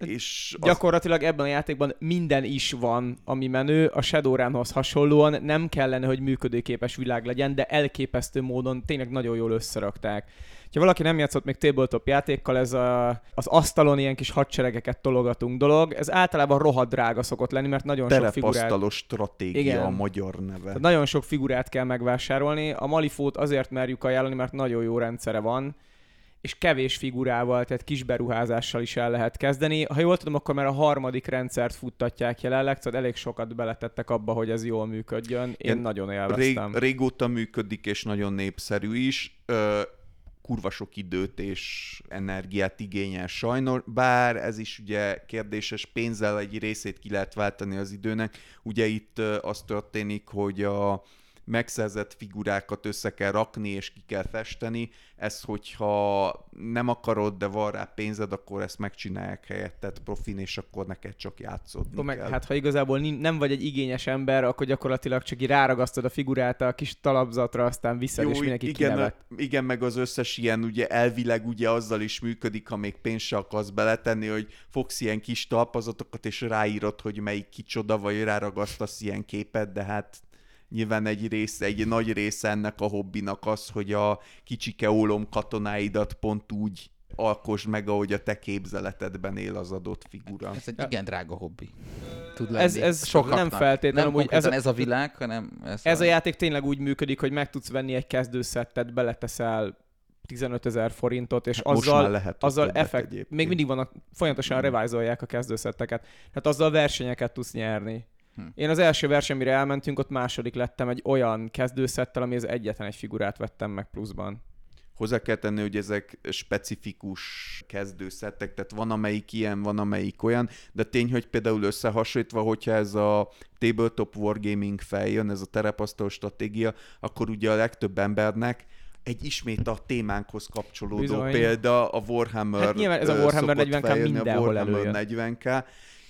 És az... Gyakorlatilag ebben a játékban minden is van, ami menő. A Shadowrunhoz hasonlóan nem kellene, hogy működőképes világ legyen, de elképesztő módon tényleg nagyon jól összerakták. Ha valaki nem játszott még tabletop játékkal, ez a, az asztalon ilyen kis hadseregeket tologatunk dolog, ez általában rohadt drága szokott lenni, mert nagyon sok figurát... Terepasztalos stratégia. Igen. A magyar neve. Tehát nagyon sok figurát kell megvásárolni. A Malifót azért merjük ajánlani, mert nagyon jó rendszere van, és kevés figurával, tehát kis beruházással is el lehet kezdeni. Ha jól tudom, akkor már a harmadik rendszert futtatják jelenleg, szóval elég sokat beletettek abba, hogy ez jól működjön. Én Igen, nagyon élveztem. Rég, régóta működik, és nagyon népszerű is. Ö, kurva sok időt és energiát igényel sajnos, bár ez is ugye kérdéses, pénzzel egy részét ki lehet váltani az időnek. Ugye itt az történik, hogy a megszerzett figurákat össze kell rakni és ki kell festeni. Ez, hogyha nem akarod, de van rá pénzed, akkor ezt megcsinálják helyetted profin, és akkor neked csak játszodni meg, kell. Hát ha igazából nem vagy egy igényes ember, akkor gyakorlatilag csak így ráragasztod a figurát a kis talapzatra, aztán viszed, és mindenki igen, kinevet. Igen, meg az összes ilyen ugye elvileg ugye azzal is működik, ha még pénzt se akarsz beletenni, hogy fogsz ilyen kis talpazatokat, és ráírod, hogy melyik kicsoda, vagy ráragasztasz ilyen képet, de hát nyilván egy része, egy nagy része ennek a hobbinak az, hogy a kicsike ólom katonáidat pont úgy alkosd meg, ahogy a te képzeletedben él az adott figura. Ez egy igen drága hobbi. Tud lenni. Ez, ez nem feltétlenül. Nem ez, a, ez a világ, hanem... Ez, ez a... a játék tényleg úgy működik, hogy meg tudsz venni egy kezdőszettet, beleteszel tizenötezer forintot, és hát azzal, azzal effekt, még mindig vannak, folyamatosan hmm. revájzolják a kezdőszetteket. Hát azzal versenyeket tudsz nyerni. Hm. Én az első versenyre elmentünk, ott második lettem egy olyan kezdőszettel, ami az egyetlen egy figurát vettem meg pluszban. Hozzá kell tenni, hogy ezek specifikus kezdőszettek, tehát van amelyik ilyen, van amelyik olyan, de tény, hogy például összehasonlítva, hogyha ez a tabletop wargaming feljön, ez a terepasztal stratégia, akkor ugye a legtöbb embernek egy ismét a témánkhoz kapcsolódó Bizony. példa a Warhammer. Hát nyilván ez a Warhammer negyven ká mindenhol a Warhammer előjön. negyven ká,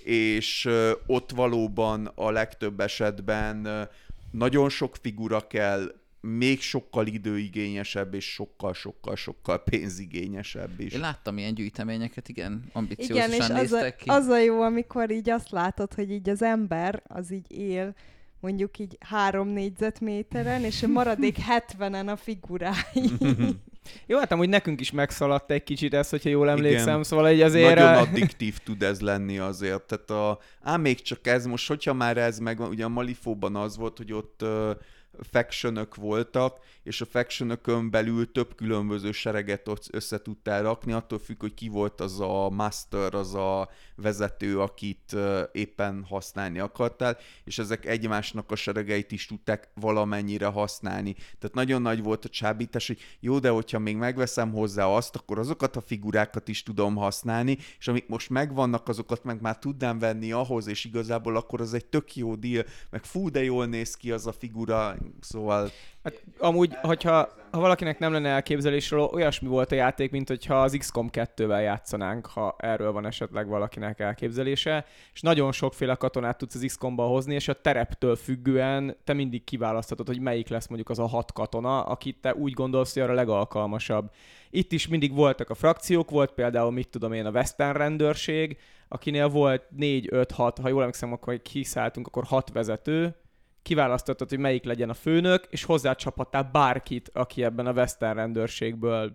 és ott valóban a legtöbb esetben nagyon sok figura kell, még sokkal időigényesebb, és sokkal-sokkal-sokkal pénzigényesebb is. Én láttam ilyen gyűjteményeket, igen, ambiciózusan igen, és néztek az ki. A, az a jó, amikor így azt látod, hogy így az ember az így él, mondjuk így három négyzetméteren, és a maradék hetvenen a figurái. Jó, hát amúgy nekünk is megszaladt egy kicsit ez, hogyha jól emlékszem, igen. Szóval egy azért... Nagyon addiktív tud ez lenni azért. Tehát a... Ám még csak ez most, hogyha már ez megvan, ugye a Malifóban az volt, hogy ott uh, factionök voltak, és a factionökön belül több különböző sereget össze tudtál rakni, attól függ, hogy ki volt az a master, az a vezető, akit uh, éppen használni akartál, és ezek egymásnak a seregeit is tudták valamennyire használni. Tehát nagyon nagy volt a csábítás, hogy jó, de hogyha még megveszem hozzá azt, akkor azokat a figurákat is tudom használni, és amik most megvannak, azokat meg már tudnám venni ahhoz, és igazából akkor az egy tök jó deal, meg fú, de jól néz ki az a figura, szóval... Hát, amúgy, hogyha ha valakinek nem lenne elképzelésről, olyasmi volt a játék, mint hogyha az iksz kom kettővel játszanánk, ha erről van esetleg valakinek elképzelése, és nagyon sokféle katonát tudsz az iksz komba hozni, és a tereptől függően te mindig kiválaszthatod, hogy melyik lesz mondjuk az a hat katona, akit te úgy gondolsz, hogy arra legalkalmasabb. Itt is mindig voltak a frakciók, volt például, mit tudom én, a Western rendőrség, akinél volt négy, öt, hat, ha jól emlékszem, akkor kiszálltunk, akkor hat vezető, kiválasztottad, hogy melyik legyen a főnök, és hozzácsaphattál bárkit, aki ebben a Western rendőrségből,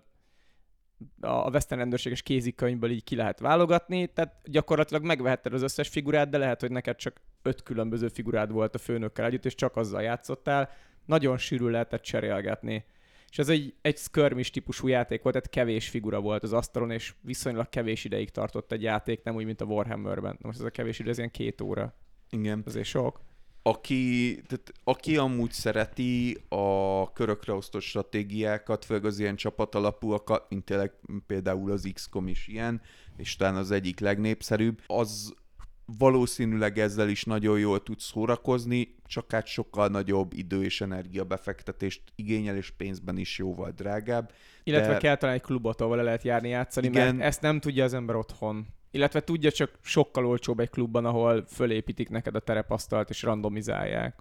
a Western rendőrséges kézikönyvből így ki lehet válogatni, tehát gyakorlatilag megvehetted az összes figurát, de lehet, hogy neked csak öt különböző figurád volt a főnökkel együtt, és csak azzal játszottál. Nagyon sűrű lehetett cserélgetni. És ez egy, egy skirmish típusú játék volt, tehát kevés figura volt az asztalon, és viszonylag kevés ideig tartott egy játék, nem úgy, mint a Warhammerben. Most ez a kevés idő, ez ilyen két óra. Igen. Azért sok. Aki, tehát, aki amúgy szereti a körökre osztott stratégiákat, főleg az ilyen csapatalapúakat, mint tényleg például az iksz kom is ilyen, és talán az egyik legnépszerűbb, az valószínűleg ezzel is nagyon jól tud szórakozni, csak hát sokkal nagyobb idő és energia befektetést igényel, és pénzben is jóval drágább. Illetve de... kell talán egy klubot, ahol le lehet járni játszani, igen. Mert ezt nem tudja az ember otthon. Illetve tudja, csak sokkal olcsóbb egy klubban, ahol fölépítik neked a terepasztalt és randomizálják.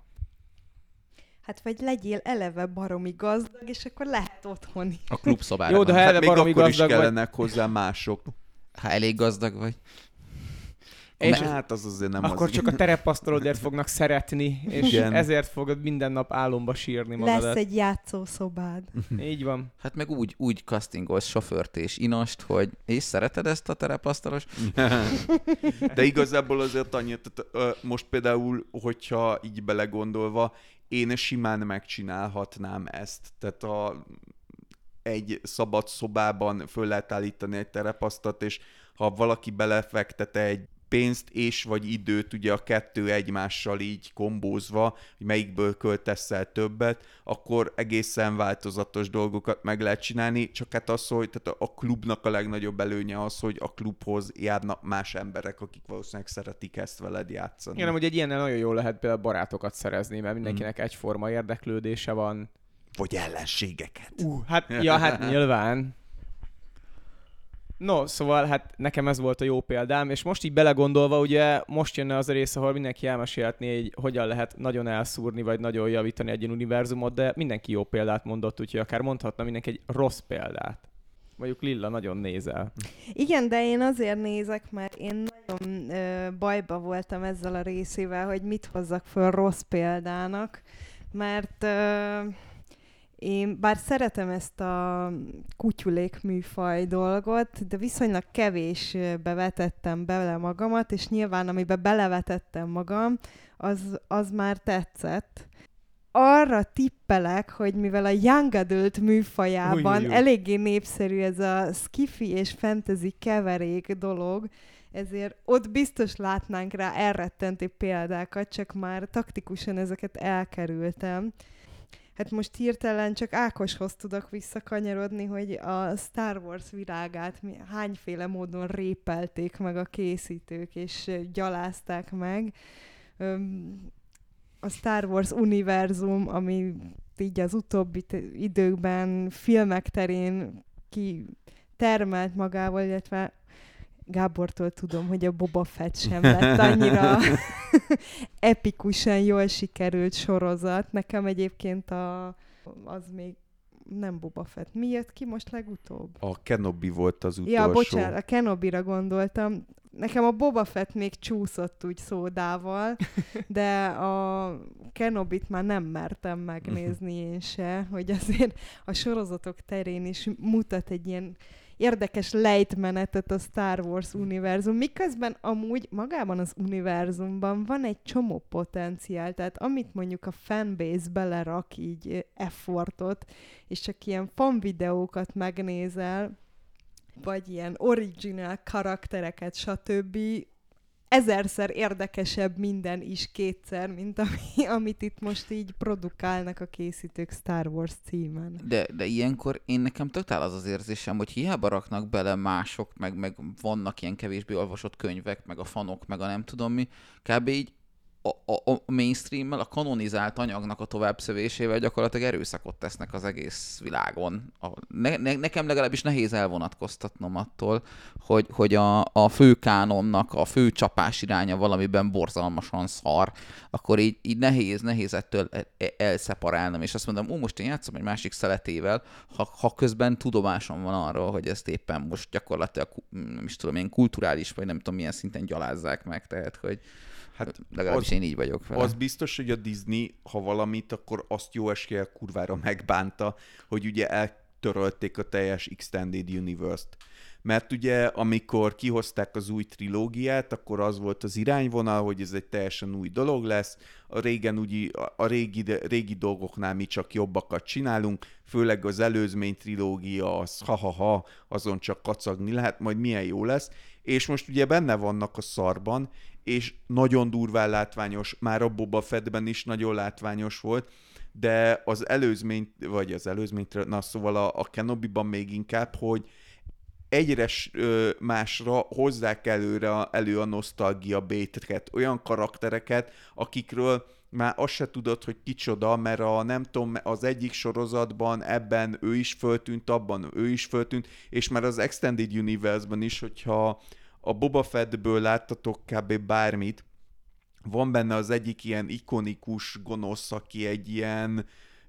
Hát vagy legyél eleve baromi gazdag, és akkor lehet otthon. A klubszobára. Jó, de ha eleve hát baromi még akkor gazdag is kellenek vagy... hozzá mások. Ha elég gazdag vagy. És hát az azért nem akkor az. csak a terepasztalodért fognak szeretni, és Igen. ezért fogod minden nap álomba sírni magadat. Lesz egy játszószobád. Így van. Hát meg úgy, úgy castingolsz sofőrt és inast, hogy és szereted ezt a terepasztalos? De igazából azért annyit, tehát, ö, most például, hogyha így belegondolva, én simán megcsinálhatnám ezt. Tehát a, egy szabad szobában föl lehet állítani egy terepasztalt, és ha valaki belefektet egy pénzt és vagy időt, ugye a kettő egymással így kombózva, hogy melyikből költesz el többet, akkor egészen változatos dolgokat meg lehet csinálni, csak hát az, hogy tehát a klubnak a legnagyobb előnye az, hogy a klubhoz járnak más emberek, akik valószínűleg szeretik ezt veled játszani. Igen, hogy egy ilyennel nagyon jól lehet például barátokat szerezni, mert mindenkinek egyforma érdeklődése van. Vagy ellenségeket. Uh, hát, ja, hát nyilván. No, szóval hát nekem ez volt a jó példám, és most így belegondolva, ugye most jönne az a rész, ahol mindenki elmesélhetné, hogy hogyan lehet nagyon elszúrni, vagy nagyon javítani egy univerzumot, de mindenki jó példát mondott, úgyhogy akár mondhatna mindenki egy rossz példát. Mondjuk Lilla nagyon nézel. Igen, de én azért nézek, mert én nagyon ö, bajba voltam ezzel a részével, hogy mit hozzak föl rossz példának, mert ö, én bár szeretem ezt a kutyulék műfaj dolgot, de viszonylag kevésbe vetettem bele magamat, és nyilván amibe belevetettem magam, az, az már tetszett. Arra tippelek, hogy mivel a young adult műfajában Ujj, ujj. eléggé népszerű ez a skifi és fantasy keverék dolog, ezért ott biztos látnánk rá elrettentő példákat, csak már taktikusan ezeket elkerültem. Hát most hirtelen csak Ákoshoz tudok visszakanyarodni, hogy a Star Wars virágát hányféle módon répelték meg a készítők, és gyalázták meg. A Star Wars univerzum, ami így az utóbbi időkben filmek terén ki termelt magával, illetve Gábortól tudom, hogy a Boba Fett sem lett annyira epikusan jól sikerült sorozat. Nekem egyébként a, az még nem Boba Fett. Mi jött ki most legutóbb? A Kenobi volt az utolsó. Ja, bocsánat, a Kenobira gondoltam. Nekem a Boba Fett még csúszott úgy szódával, de a Kenobit már nem mertem megnézni én se, hogy azért a sorozatok terén is mutat egy ilyen érdekes lejtmenetet a Star Wars univerzum, miközben amúgy magában az univerzumban van egy csomó potenciál, tehát amit mondjuk a fanbase belerak így effortot, és csak ilyen fan videókat megnézel, vagy ilyen original karaktereket, stb. Ezerszer érdekesebb minden is kétszer, mint ami, amit itt most így produkálnak a készítők Star Wars címen. De, de ilyenkor én nekem totál az az érzésem, hogy hiába raknak bele mások, meg, meg vannak ilyen kevésbé olvasott könyvek, meg a fanok, meg a nem tudom mi, kb. Így a, a, a mainstream-mel, a kanonizált anyagnak a továbbszövésével gyakorlatilag erőszakot tesznek az egész világon. A, ne, ne, nekem legalábbis nehéz elvonatkoztatnom attól, hogy, hogy a, a fő kánonnak a fő csapás iránya valamiben borzalmasan szar, akkor így, így nehéz, nehéz ettől elszeparálnom, és azt mondom, ó, most én játszom egy másik szeletével, ha, ha közben tudomásom van arról, hogy ezt éppen most gyakorlatilag, nem is tudom én, kulturális, vagy nem tudom milyen szinten gyalázzák meg, tehát, hogy hát legalábbis az, én így vagyok vele. Az biztos, hogy a Disney, ha valamit, akkor azt jó eséllyel kurvára megbánta, hogy ugye eltörölték a teljes Extended Universe-t. Mert ugye, amikor kihozták az új trilógiát, akkor az volt az irányvonal, hogy ez egy teljesen új dolog lesz. A régen úgy, a régi, régi dolgoknál mi csak jobbakat csinálunk, főleg az előzmény trilógia, az ha-ha-ha, azon csak kacagni lehet, majd milyen jó lesz. És most ugye benne vannak a szarban, és nagyon durván látványos, már a Boba Fettben is nagyon látványos volt, de az előzmény, vagy az előzmény, na szóval a, a Kenobiban még inkább, hogy egyre másra hozzák előre, elő a nosztalgia bétreket, olyan karaktereket, akikről már azt se tudod, hogy kicsoda, mert a, nem tudom, az egyik sorozatban ebben ő is föltűnt, abban ő is föltűnt, és már az Extended Universe-ben is, hogyha a Boba Fettből láttatok kb. Bármit, van benne az egyik ilyen ikonikus gonosz, aki egy ilyen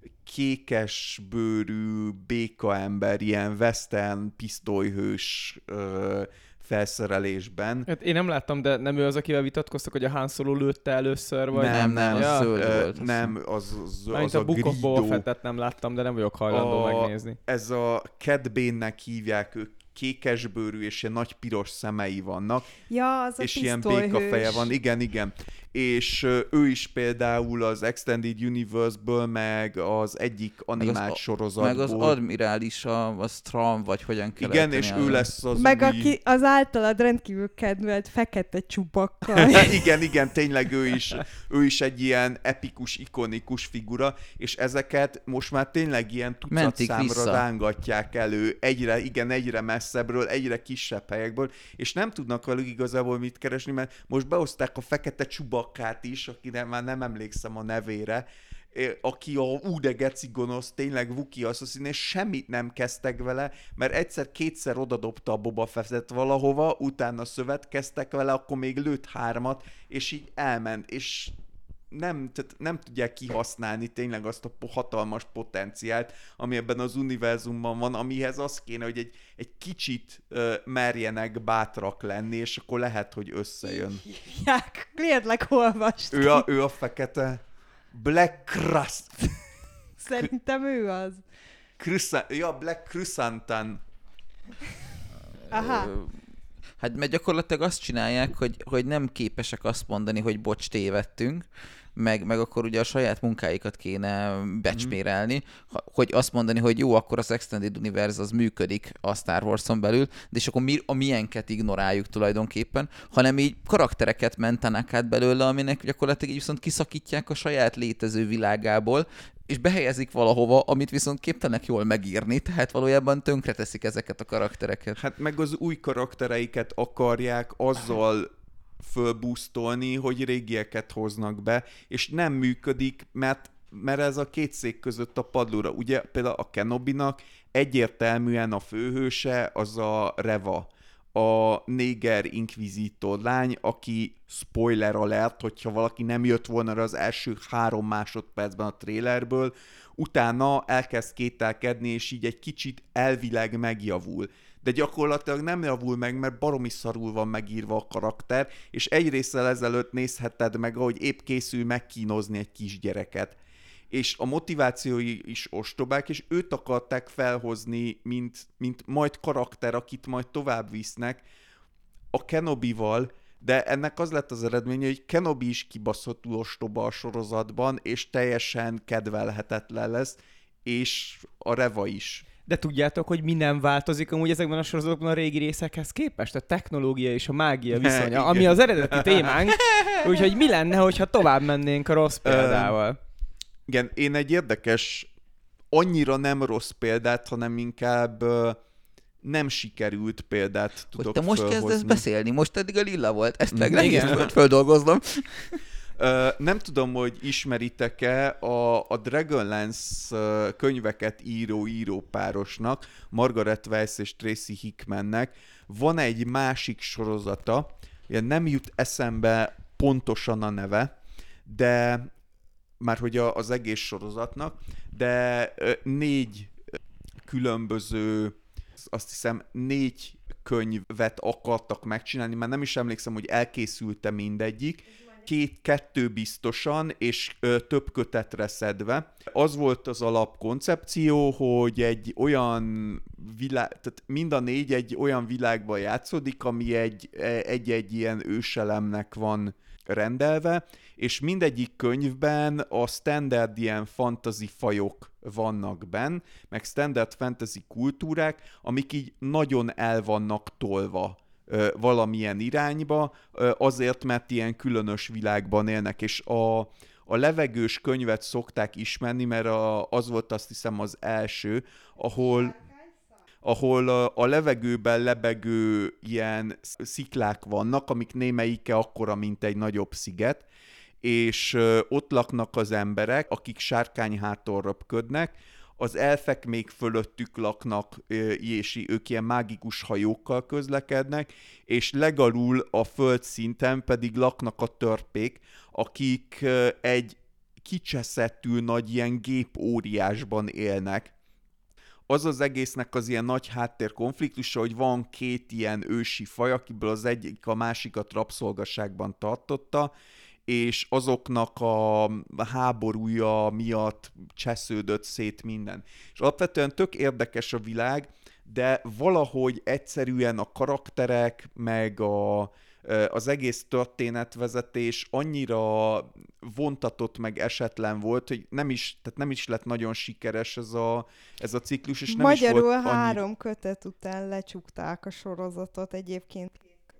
kékes bőrű békaember, ilyen western pisztolyhős ö, felszerelésben. Hát én nem láttam, de nem ő az, akivel vitatkoztak, hogy a Han Solo lőtte először, vagy... Nem, nem, az Ja. zöld Ö, volt. nem, az, az, Mármint az a a Book of Boba Greedo. Fettet nem láttam, de nem vagyok hajlandó A- megnézni. Ez a Cad Bane-nek hívják, ők kékesbőrű és ilyen nagy piros szemei vannak, Ja, az a és ilyen pisztolyhős. békafeje van, igen, igen. És ö, ő is például az Extended Universe-ből, meg az egyik animált az- sorozatból. Meg az admirális, a, a Stram, vagy hogyan kell Igen, és ejteni ő a- lesz az Meg új... aki az általad rendkívül kedvelt fekete csubakkal. igen, igen, tényleg ő is, ő is egy ilyen epikus, ikonikus figura, és ezeket most már tényleg ilyen tucat Mentik számra vissza. rángatják elő, egyre, igen, egyre messzebbről, egyre kisebb helyekből, és nem tudnak velük igazából mit keresni, mert most behozták a fekete Csubakkát is, akire már nem emlékszem a nevére, aki a ú de geci gonosz, tényleg Wookiee Assassin, és semmit nem kezdtek vele, mert egyszer-kétszer odadobta a Boba Fettet valahova, utána szövetkeztek vele, akkor még lőtt hármat, és így elment, és nem, tehát nem tudják kihasználni tényleg azt a hatalmas potenciált, ami ebben az univerzumban van, amihez az kéne, hogy egy, egy kicsit uh, merjenek bátrak lenni, és akkor lehet, hogy összejön. Ják, kérlek, olvast Ő a, ő a fekete Black Crust. Szerintem ő az. Crusa- ja, Black Chrysanthemum. Aha. Ö, Hát mert gyakorlatilag azt csinálják, hogy, hogy nem képesek azt mondani, hogy bocs, tévedtünk, meg, meg akkor ugye a saját munkáikat kéne becsmérelni, ha- hogy azt mondani, hogy jó, akkor az Extended Universe az működik a Star Warson belül, de és akkor mi a milyenket ignoráljuk tulajdonképpen, hanem így karaktereket mentenek át belőle, aminek gyakorlatilag így viszont kiszakítják a saját létező világából, és behelyezik valahova, amit viszont képtelenek jól megírni, tehát valójában tönkreteszik ezeket a karaktereket. Hát meg az új karaktereiket akarják azzal fölbusztolni, hogy régieket hoznak be, és nem működik, mert, mert ez a két szék között a padlóra. Ugye például a Kenobinak egyértelműen a főhőse az a Reva, a néger inkvizítor lány, aki spoiler alert, hogyha valaki nem jött volna rá az első három másodpercben a trailerből, utána elkezd kételkedni, és így egy kicsit elvileg megjavul. De gyakorlatilag nem javul meg, mert baromi szarul van megírva a karakter, és egy résszel ezelőtt nézheted meg, ahogy épp készül megkínozni egy kisgyereket. És a motivációi is ostobák, és őt akarták felhozni, mint, mint majd karakter, akit majd tovább visznek a Kenobival, de ennek az lett az eredménye, hogy Kenobi is kibaszottul ostoba a sorozatban, és teljesen kedvelhetetlen lesz, és a Reva is. De tudjátok, hogy mi nem változik amúgy ezekben a sorozatokban a régi részekhez képest? A technológia és a mágia viszonya, Igen. ami az eredeti témánk. Úgyhogy mi lenne, hogyha tovább mennénk a rossz példával? Igen, én egy érdekes, annyira nem rossz példát, hanem inkább uh, nem sikerült példát tudok Hogy te most fölhozni. kezdesz beszélni, most eddig a Lilla volt, ezt meg Igen. nehéz volt földolgoznom. Uh, nem tudom, hogy ismeritek-e a, a Dragonlance uh, könyveket író írópárosnak, Margaret Weiss és Tracy Hickmannek van egy másik sorozata, ugye nem jut eszembe pontosan a neve, de már hogy a, az egész sorozatnak, de uh, négy különböző, azt hiszem négy könyvet akartak megcsinálni, már nem is emlékszem, hogy elkészült-e mindegyik, két-kettő biztosan, és ö, több kötetre szedve. Az volt az alapkoncepció, hogy egy olyan világ, tehát mind a négy egy olyan világban játszódik, ami egy, egy-egy ilyen őselemnek van rendelve, és mindegyik könyvben a standard ilyen fantasy fajok vannak benn, meg standard fantasy kultúrák, amik így nagyon el vannak tolva valamilyen irányba, azért, mert ilyen különös világban élnek, és a, a levegős könyvet szokták ismerni, mert a, az volt azt hiszem az első, ahol, ahol a, a levegőben lebegő ilyen sziklák vannak, amik némelyike akkora, mint egy nagyobb sziget, és ott laknak az emberek, akik sárkányháton röpködnek, az elfek még fölöttük laknak, és ők ilyen mágikus hajókkal közlekednek, és legalul a földszinten pedig laknak a törpék, akik egy kicseszettül nagy ilyen gépóriásban élnek, az az egésznek az ilyen nagy háttérkonfliktusa, hogy van két ilyen ősi faj, akiből az egyik a másikat rabszolgaságban tartotta, és azoknak a háborúja miatt csesződött szét minden. És alapvetően tök érdekes a világ, de valahogy egyszerűen a karakterek, meg a, az egész történetvezetés annyira vontatott meg esetlen volt, hogy nem is, tehát nem is lett nagyon sikeres ez a, ez a ciklus, és nem Magyarul is volt annyi... három kötet után lecsukták a sorozatot egyébként.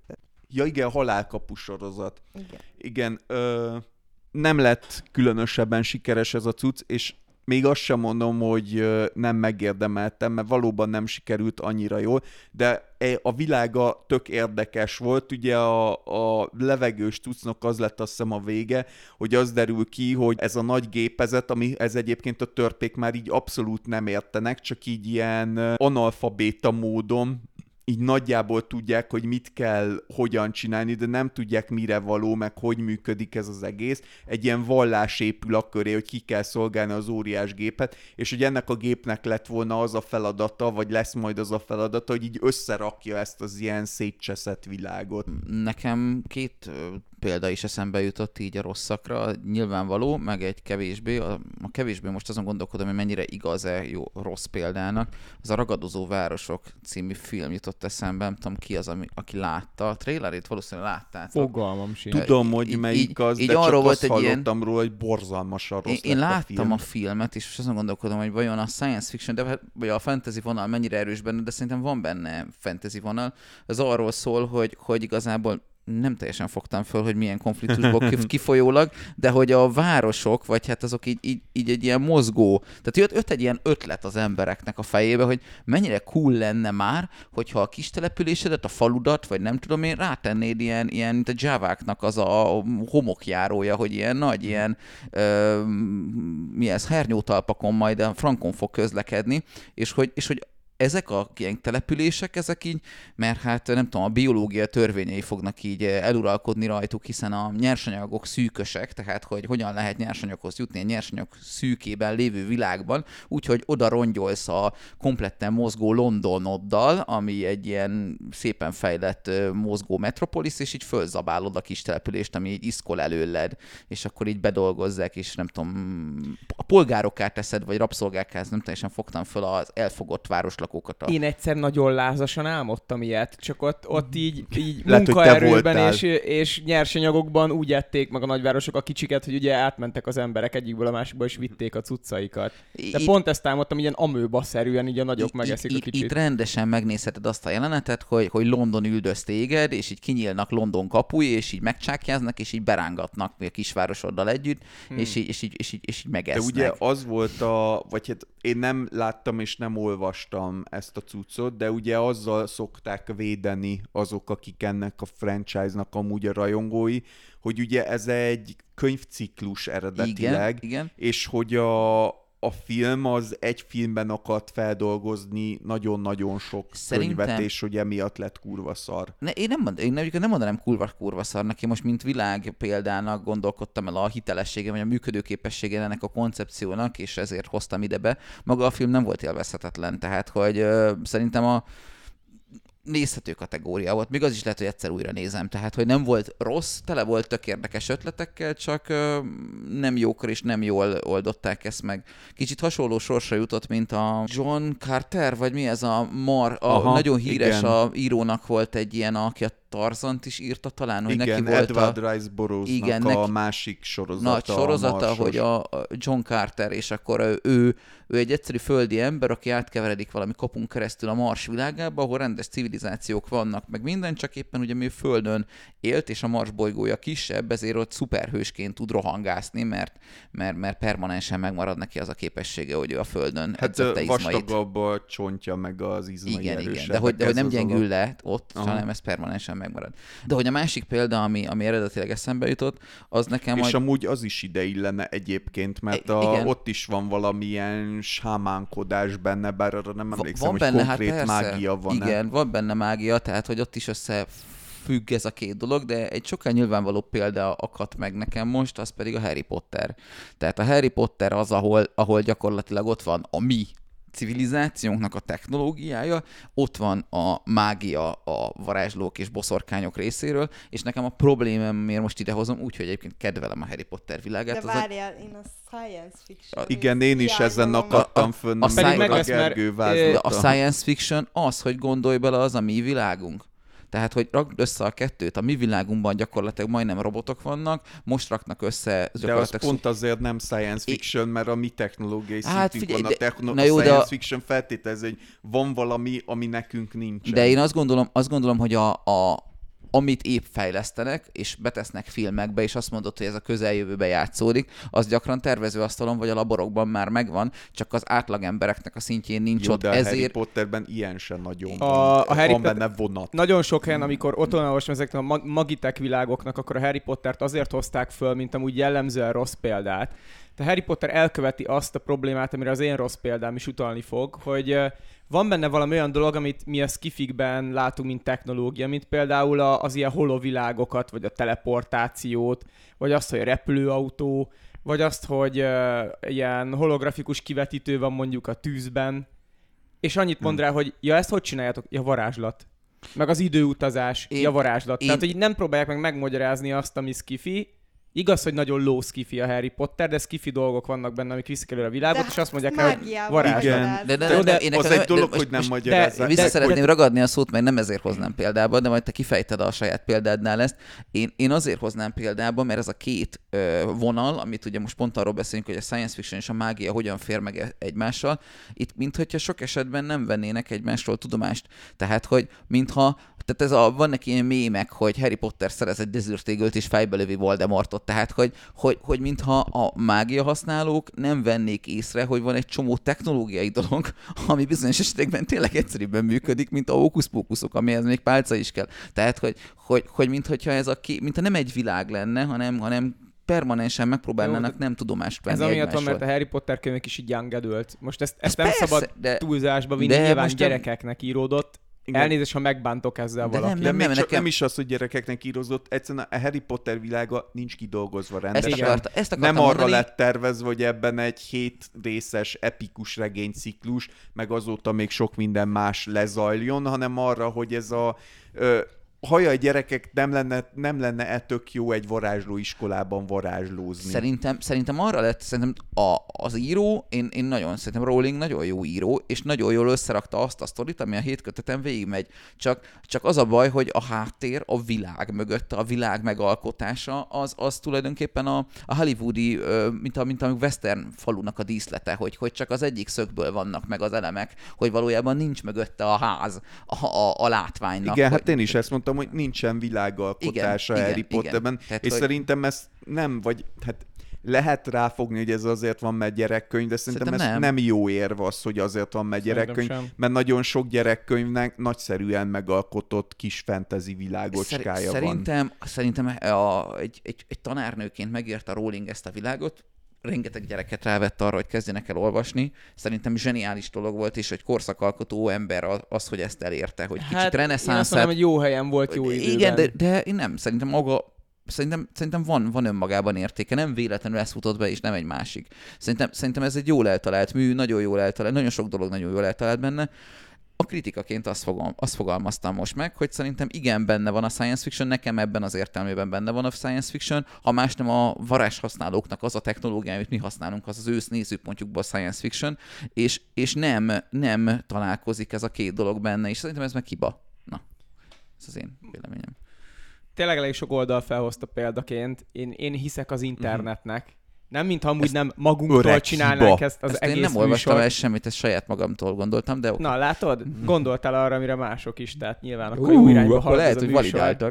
Ja igen, Halálkapu sorozat. Igen. Igen, ö, nem lett különösebben sikeres ez a cucc, és még azt sem mondom, hogy ö, nem megérdemeltem, mert valóban nem sikerült annyira jól, de a világa tök érdekes volt. Ugye a, a levegős cuccnak az lett azt hiszem a vége, hogy az derül ki, hogy ez a nagy gépezet, ami ez egyébként a törpék már így abszolút nem értenek, csak így ilyen analfabéta módon így nagyjából tudják, hogy mit kell, hogyan csinálni, de nem tudják mire való, meg hogy működik ez az egész. Egy ilyen vallás épül a köré, hogy ki kell szolgálni az óriás gépet, és hogy ennek a gépnek lett volna az a feladata, vagy lesz majd az a feladata, hogy így összerakja ezt az ilyen szétcseszett világot. Nekem két példa is eszembe jutott így a rosszakra, nyilvánvaló, meg egy kevésbé. A, a kevésbé most azon gondolkodom, hogy mennyire igaz-e jó rossz példának. Az a Ragadozó városok című film jutott eszembe, nem tudom ki az, ami, aki látta. A trailerét valószínűleg láttátok. Fogalmam sincs. Tudom, hogy így, melyik így, az, így de csak arról azt volt egy hallottam ilyen... róla, hogy borzalmasan rossz Én, én lett a láttam film. a filmet, és most azon gondolkodom, hogy vajon a science fiction, de, vagy a fantasy vonal mennyire erős benne, de szerintem van benne fantasy vonal. Ez arról szól, hogy, hogy igazából nem teljesen fogtam föl, hogy milyen konfliktusból kifolyólag, de hogy a városok, vagy hát azok így, így, így egy ilyen mozgó, tehát jött, jött egy ilyen ötlet az embereknek a fejébe, hogy mennyire cool lenne már, hogyha a kis településedet, a faludat, vagy nem tudom én, rátennéd ilyen, ilyen mint a Javáknak az a homokjárója, hogy ilyen nagy, ilyen ö, mi ez, hernyótalpakon majd a frankon fog közlekedni, és hogy, és hogy ezek a ilyen települések, ezek így, mert hát nem tudom, a biológia törvényei fognak így eluralkodni rajtuk, hiszen a nyersanyagok szűkösek, tehát hogy hogyan lehet nyersanyaghoz jutni a nyersanyag szűkében lévő világban, úgyhogy oda rongyolsz a kompletten mozgó Londonoddal, ami egy ilyen szépen fejlett mozgó metropolis, és így fölzabálod a kis települést, ami így iszkol előled, és akkor így bedolgozzák, és nem tudom, a polgárokká teszed, vagy rabszolgákká, nem teljesen fogtam föl az elfogott városlakókat. A... Én egyszer nagyon lázasan álmodtam ilyet, csak ott, ott így, így Lehet, munkaerőben és, és nyersanyagokban úgy ették meg a nagyvárosok a kicsiket, hogy ugye átmentek az emberek egyikből a másikból, és vitték a cuccaikat. De itt, pont ezt álmodtam, ilyen amőba-szerűen, így a nagyok itt, megeszik itt, a kicsit. Itt rendesen megnézheted azt a jelenetet, hogy, hogy London üldöz téged, és így kinyílnak London kapuj, és így megcsákjáznak, és így berángatnak a kisvárosoddal együtt, hmm. és, így, és, így, és, így, és így megesznek. De ugye az volt a, vagy hát én nem láttam és nem olvastam ezt a cuccot, de ugye azzal szokták védeni azok, akik ennek a franchise-nak amúgy a rajongói, hogy ugye ez egy könyvciklus eredetileg, igen, igen. és hogy a, a film az egy filmben akart feldolgozni nagyon-nagyon sok Szerintem... könyvet, és hogy emiatt lett kurva szar. Ne, én nem, mond, én nem, nem mondanám kurva, kurva szarnak, én most mint világ példának gondolkodtam el a hitelessége, vagy a működőképessége ennek a koncepciónak, és ezért hoztam ide be. Maga a film nem volt élvezhetetlen, tehát hogy ö, szerintem a nézhető kategória volt, még az is lehet, hogy egyszer újra nézem, tehát, hogy nem volt rossz, tele volt tök érdekes ötletekkel, csak ö, nem jókor és nem jól oldották ezt meg. Kicsit hasonló sorsra jutott, mint a John Carter, vagy mi ez a Mar, a Aha, nagyon híres igen. a írónak volt egy ilyen, aki a Tarzant is írta talán, hogy igen, neki volt Edward a... Rice Burroughsnak igen, a neki... másik sorozata. Nagy sorozata, a hogy a John Carter, és akkor ő, ő egy egyszerű földi ember, aki átkeveredik valami kapun keresztül a Mars világába, ahol rendes civilizációk vannak, meg minden, csak éppen ugye mi Földön élt, és a Mars bolygója kisebb, ezért ott szuperhősként tud rohangászni, mert, mert, mert permanensen megmarad neki az a képessége, hogy ő a Földön hát edzette izmait. vastagabb a csontja, meg az izmai igen, erősebb. igen, de hogy, de hogy nem gyengül a... le ott, Aha. hanem ez permanensen megmarad. De hogy a másik példa, ami, ami eredetileg eszembe jutott, az nekem És majd... amúgy az is ide illene egyébként, mert a, ott is van valamilyen sámánkodás benne, bár arra nem emlékszem, van hogy benne, konkrét hát mágia van. Igen, van benne mágia, tehát hogy ott is össze függ ez a két dolog, de egy sokkal nyilvánvaló példa akadt meg nekem most, az pedig a Harry Potter. Tehát a Harry Potter az, ahol, ahol gyakorlatilag ott van a mi civilizációnknak a technológiája, ott van a mágia a varázslók és boszorkányok részéről, és nekem a problémám, miért most idehozom, úgyhogy egyébként kedvelem a Harry Potter világát. De várjál, a... én a science fiction... Igen, én is ezen akadtam fönn, a, a, amikor a, a Gergő vázolta. A science fiction az, hogy gondolj bele, az a mi világunk. Tehát, hogy rakd össze a kettőt, a mi világunkban gyakorlatilag majdnem robotok vannak, most raknak össze... De az pont azért nem science fiction, mert a mi technológiai hát szintünk figyelj, van. A, techno- de, a science a... fiction feltételez, hogy van valami, ami nekünk nincs. De én azt gondolom, azt gondolom hogy a, a, amit épp fejlesztenek, és betesznek filmekbe, és azt mondod, hogy ez a közeljövőbe játszódik, az gyakran tervezőasztalon vagy a laborokban már megvan, csak az átlag embereknek a szintjén nincs Jó, ott. de a ezért... Harry Potterben ilyen sem nagyon a, van. A Harry van Potter... benne vonat. Nagyon sok helyen, amikor otthon olvasom ezeknek a mag- magitek világoknak, akkor a Harry Pottert azért hozták föl, mint amúgy jellemzően rossz példát. De Harry Potter elköveti azt a problémát, amire az én rossz példám is utalni fog, hogy van benne valami olyan dolog, amit mi a sci-fikben látunk, mint technológia, mint például az ilyen holovilágokat, vagy a teleportációt, vagy azt, hogy a repülőautó, vagy azt, hogy uh, ilyen holografikus kivetítő van mondjuk a tűzben, és annyit mond rá, hogy ja, ezt hogy csináljátok? Ja, varázslat. Meg az időutazás, én, ja, varázslat. Én... Tehát, hogy nem próbálják meg megmagyarázni azt, ami sci-fi. Igaz, hogy nagyon low sci-fi a Harry Potter, de sci-fi dolgok vannak benne, amik viszik előre a világot, de és azt mondják rá, hogy varázslat. Igen. De, de, de, de, de, az egy dolog, hogy nem magyarázzák. Vissza szeretném ragadni a szót, mert nem ezért hoznám példába, de majd te kifejted a saját példádnál ezt. Én, én azért hoznám példába, mert ez a két ö, vonal, amit ugye most pont arról beszélünk, hogy a science fiction és a mágia hogyan fér meg egymással, itt minthogyha sok esetben nem vennének egymásról tudomást. Tehát, hogy mintha tehát ez a, vannak ilyen mémek, hogy Harry Potter szerez egy Desert Eagle-t és fejbe lövi Voldemortot, tehát hogy, hogy, hogy mintha a mágia használók nem vennék észre, hogy van egy csomó technológiai dolog, ami bizonyos esetekben tényleg egyszerűbben működik, mint a hókusz-pókuszok, amihez még pálca is kell. Tehát, hogy, hogy, hogy mintha ez a ké, mintha nem egy világ lenne, hanem, hanem permanensen megpróbálnának Jó, nem tudomást venni ez amiatt egymásról. van, mert a Harry Potter könyvek is így young adult. Most ezt, ezt ez nem persze, szabad de, túlzásba vinni, de nyilván most gyerekeknek íródott. Igen. Elnézést, ha megbántok ezzel de valaki. Nem, de nem, még nem, csak nekem... nem is az, hogy gyerekeknek írozott, egyszerűen a Harry Potter világa nincs kidolgozva rendesen. Ezt akarta, ezt nem arra mondani. lett tervezve, hogy ebben egy hét részes epikus regényciklus, meg azóta még sok minden más lezajljon, hanem arra, hogy ez a... Ö, hajaj, gyerekek, nem lenne, nem lenne-e tök jó egy varázslóiskolában varázslózni? Szerintem, szerintem arra lett, szerintem a, az író, én, én nagyon, szerintem Rowling nagyon jó író, és nagyon jól összerakta azt a sztorit, ami a hét köteten végigmegy. Csak, csak az a baj, hogy a háttér, a világ mögött, a világ megalkotása, az, az tulajdonképpen a, a hollywoodi, mint a, mint a western falunak a díszlete, hogy, hogy csak az egyik szögből vannak meg az elemek, hogy valójában nincs mögötte a ház, a, a, a látványnak. Igen, hogy... hát én is ezt mondtam, hogy nincsen világalkotása igen, Harry igen, Potterben, igen. Tehát, és hogy... szerintem ez nem, vagy hát lehet ráfogni, hogy ez azért van, mert gyerekkönyv, de szerintem, szerintem ez nem. nem jó érv az, hogy azért van, mert gyerekkönyv, mert nagyon sok gyerekkönyvnek nagyszerűen megalkotott kis fantasy világocskája szerintem, van. Szerintem a, egy, egy, egy tanárnőként megírta Rowling ezt a világot, rengeteg gyereket rávett arra, hogy kezdjenek el olvasni. Szerintem zseniális dolog volt, és egy korszakalkotó ember az, hogy ezt elérte, hogy kicsit hát, reneszánszát... Én azt mondom, hogy jó helyen volt, jó időben. Igen, de, de én nem. Szerintem maga... Szerintem, szerintem van, van önmagában értéke, nem véletlenül ezt futott be, és nem egy másik. Szerintem, szerintem ez egy jól eltalált mű, nagyon jól eltalált, nagyon sok dolog nagyon jól eltalált benne. A kritikaként azt, fogom, azt fogalmaztam most meg, hogy szerintem igen, benne van a science fiction, nekem ebben az értelmében benne van a science fiction, ha más nem a varázshasználóknak az a technológia, amit mi használunk, az az ősz nézőpontjukból a science fiction, és, és nem, nem találkozik ez a két dolog benne, és szerintem ez meg hiba. Na, ez az én véleményem. Tényleg elég sok oldal felhozta példaként. Én, én hiszek az internetnek. Nem, mintha amúgy ezt nem magunktól csinálnánk ezt az ezt egész én nem olvastam műsor. el semmit, ezt saját magamtól gondoltam, de... Na, látod? Gondoltál arra, amire mások is, tehát nyilván akkor uh, jó irányba akkor halad lehet, ez a hogy műsor. validáltak.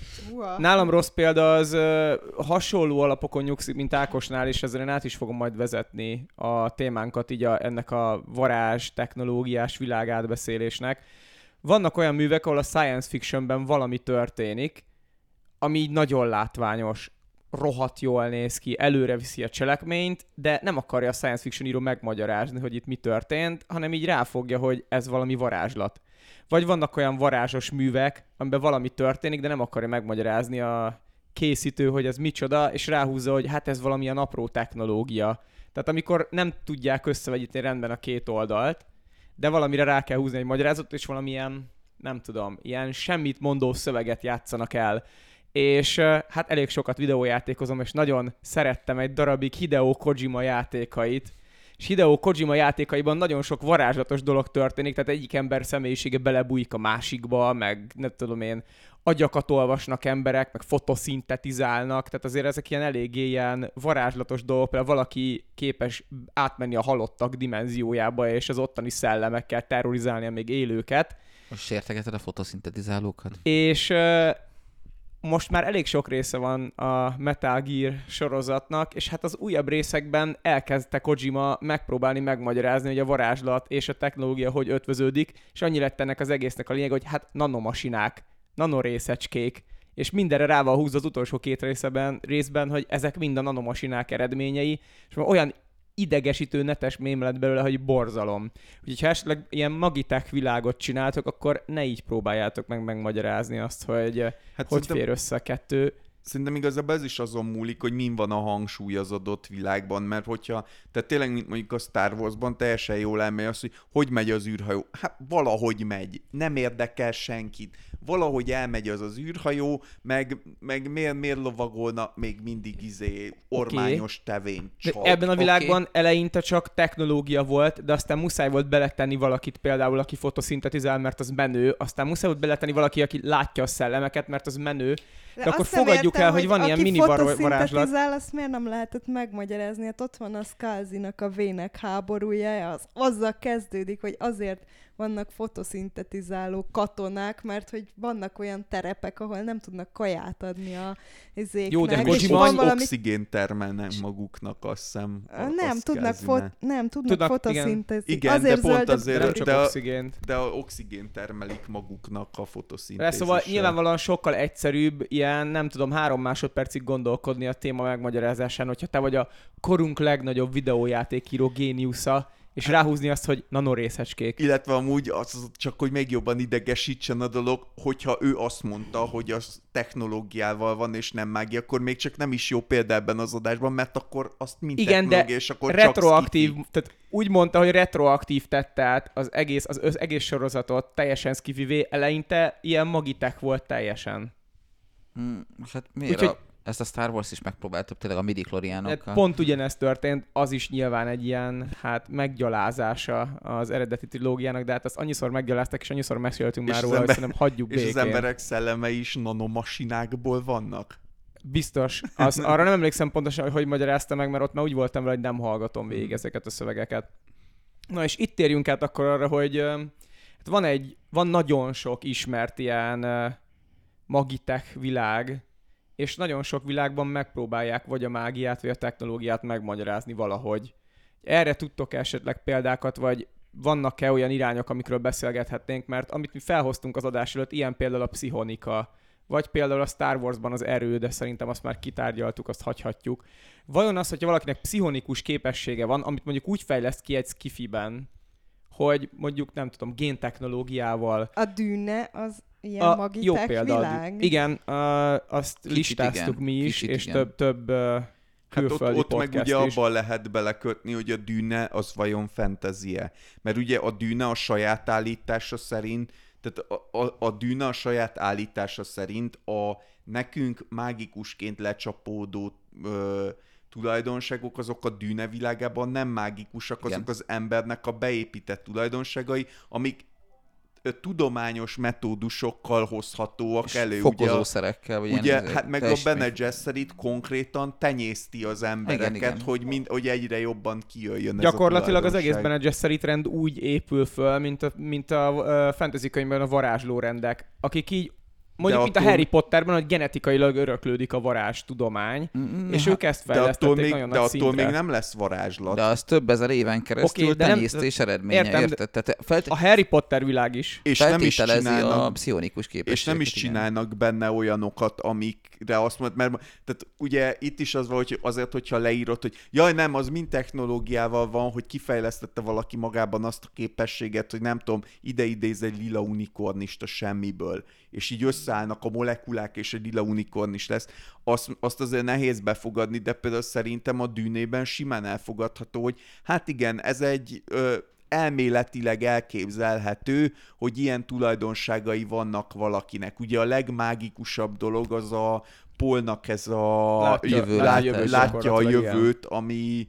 Nálam rossz példa az uh, hasonló alapokon nyugszik, mint Ákosnál, és ezzel én át is fogom majd vezetni a témánkat így a, ennek a varázs, technológiás világátbeszélésnek. Vannak olyan művek, ahol a science fictionben valami történik, ami így nagyon látványos, rohadt jól néz ki, előre viszi a cselekményt, de nem akarja a science fiction író megmagyarázni, hogy itt mi történt, hanem így ráfogja, hogy ez valami varázslat. Vagy vannak olyan varázsos művek, amiben valami történik, de nem akarja megmagyarázni a készítő, hogy ez micsoda, és ráhúzza, hogy hát ez valamilyen apró technológia. Tehát amikor nem tudják összevegyíteni rendben a két oldalt, de valamire rá kell húzni egy magyarázatot, és valamilyen, nem tudom, ilyen semmit mondó szöveget játszanak el. És hát elég sokat videójátékozom, és nagyon szerettem egy darabig Hideo Kojima játékait, és Hideo Kojima játékaiban nagyon sok varázslatos dolog történik, tehát egyik ember személyisége belebújik a másikba, meg nem tudom én, agyakat olvasnak emberek, meg fotoszintetizálnak, tehát azért ezek ilyen eléggé ilyen varázslatos dolgok, például valaki képes átmenni a halottak dimenziójába, és az ottani szellemekkel terrorizálni a még élőket. Most sértegeted a fotoszintetizálókat? És most már elég sok része van a Metal Gear sorozatnak, és hát az újabb részekben elkezdte Kojima megpróbálni megmagyarázni, hogy a varázslat és a technológia hogy ötvöződik, és annyi lett ennek az egésznek a lényeg, hogy hát nanomasinák, nanorészecskék, és mindenre rá van húzva az utolsó két részben, részben, hogy ezek mind a nanomasinák eredményei, és olyan idegesítő netes mém lett belőle, hogy borzalom. Úgyhogy ha esetleg ilyen Magitech világot csináltok, akkor ne így próbáljátok meg megmagyarázni azt, hogy hát hogy szerintem, fér össze a kettő. Szerintem igazából ez is azon múlik, hogy min van a hangsúly az adott világban, mert hogyha, tehát tényleg, mint mondjuk a Star Warsban teljesen jól elmegy az, hogy hogy megy az űrhajó. Hát valahogy megy, nem érdekel senkit. Valahogy elmegy az az űrhajó, meg, meg miért, miért lovagolna még mindig izé ormányos okay. tevény csak. Ebben a világban okay. eleinte csak technológia volt, de aztán muszáj volt beletenni valakit, például aki fotoszintetizál, mert az menő, aztán muszáj volt beletenni valaki, aki látja a szellemeket, mert az menő. De, de akkor fogadjuk értem, el, hogy van ilyen mini varázslat. Azt miért nem lehetett megmagyarázni? Hát ott van a Skazinak a vének háborúja, az azzal kezdődik, hogy azért vannak fotoszintetizáló katonák, mert hogy vannak olyan terepek, ahol nem tudnak kaját adni a izéknek. Jó, de Kojima valami... oxigént termelnek maguknak, azt hiszem. Nem tudnak, fot... nem tudnak, tudnak fotoszintezizni. Igen, azért de pont azért, de, a, oxigént. de a oxigént termelik maguknak a fotoszintézisre. Szóval nyilvánvalóan sokkal egyszerűbb ilyen, nem tudom, három másodpercig gondolkodni a téma megmagyarázásán, hogyha te vagy a korunk legnagyobb videójátékíró géniusza, és ráhúzni azt, hogy nanorészecskék. Illetve amúgy az csak, hogy még jobban idegesítsen a dolog, hogyha ő azt mondta, hogy az technológiával van, és nem mágia, akkor még csak nem is jó példa ebben az adásban, mert akkor azt mind igen, technológia, és akkor retroaktív, csak tehát úgy mondta, hogy retroaktív tette át az egész, az, az egész sorozatot teljesen skifivé, eleinte ilyen Magitech volt teljesen. Hmm, hát miért Úgyhogy, a... Ezt a Star Wars is megpróbáltuk tényleg a midi-kloriánokkal. Pont ugyanezt történt, az is nyilván egy ilyen hát meggyalázása az eredeti trilógiának, de hát azt annyiszor meggyaláztak, és annyiszor meséltünk már róla, hogy szerintem hagyjuk békén. És az emberek szellemei is nanomasinákból vannak? Biztos. Az, arra nem emlékszem pontosan, hogy hogy magyarázta meg, mert ott már úgy voltam vele, hogy nem hallgatom végig ezeket a szövegeket. Na és itt térjünk át akkor arra, hogy hát van egy, van nagyon sok ismert ilyen Magitech világ, és nagyon sok világban megpróbálják vagy a mágiát, vagy a technológiát megmagyarázni valahogy. Erre tudtok esetleg példákat, vagy vannak-e olyan irányok, amikről beszélgethetnénk, mert amit mi felhoztunk az adás előtt, ilyen például a pszichonika, vagy például a Star Warsban az erő, de szerintem azt már kitárgyaltuk, azt hagyhatjuk. Vajon az, hogyha valakinek pszichonikus képessége van, amit mondjuk úgy fejleszt ki egy skifiben, hogy mondjuk nem tudom, géntechnológiával. A Dűne az ilyen a, Magitech példa, világ. Igen, uh, azt kicsit listáztuk igen, mi is, és igen. több, több uh, külföldi hát ott, ott meg ugye is. abban lehet belekötni, hogy a Dűne az vajon fantasy-e. Mert ugye a Dűne a saját állítása szerint, tehát a, a, a Dűne a saját állítása szerint a nekünk mágikusként lecsapódó ö, tulajdonságok, azok a Dűne világában nem mágikusak, azok igen. az embernek a beépített tulajdonságai, amik tudományos metódusokkal hozhatóak és elő. Fokozószerekkel. Vagy ugye, ilyen hát meg a Bene Gesserit konkrétan tenyészti az embereket, igen, igen. Hogy, mind, hogy egyre jobban kijöjjön gyakorlatilag ez a az egész Bene Gesserit rend úgy épül föl, mint a, mint a uh, fantasy könyvben a varázslórendek, akik így mondjuk, mint attól... a Harry Potterben, hogy genetikailag öröklődik a varázs tudomány, mm, és ha, ők ezt fejlesztették még, nagyon de nagy attól szintre. még nem lesz varázslat. De az több ezer éven keresztül okay, tenyésztés nem, eredménye, értem, érted? Tehát felt... A Harry Potter világ is. És nem is csinálnak, a pszichonikus képességet. És nem is csinálnak igen. benne olyanokat, amikre azt mondod, mert tehát ugye itt is az van, hogy azért, hogyha leírod, hogy jaj nem, az mind technológiával van, hogy kifejlesztette valaki magában azt a képességet, hogy nem tudom, ide idéz egy lila unikornista semmiből, és így összeállnak a molekulák, és egy lila unikorn is lesz, azt, azt azért nehéz befogadni, de például szerintem a Dűnében simán elfogadható, hogy hát igen, ez egy, ö, elméletileg elképzelhető, hogy ilyen tulajdonságai vannak valakinek. Ugye a legmágikusabb dolog az a Paulnak ez a látja, jövő, lát, lát, jövő, látja a jövőt, ilyen. ami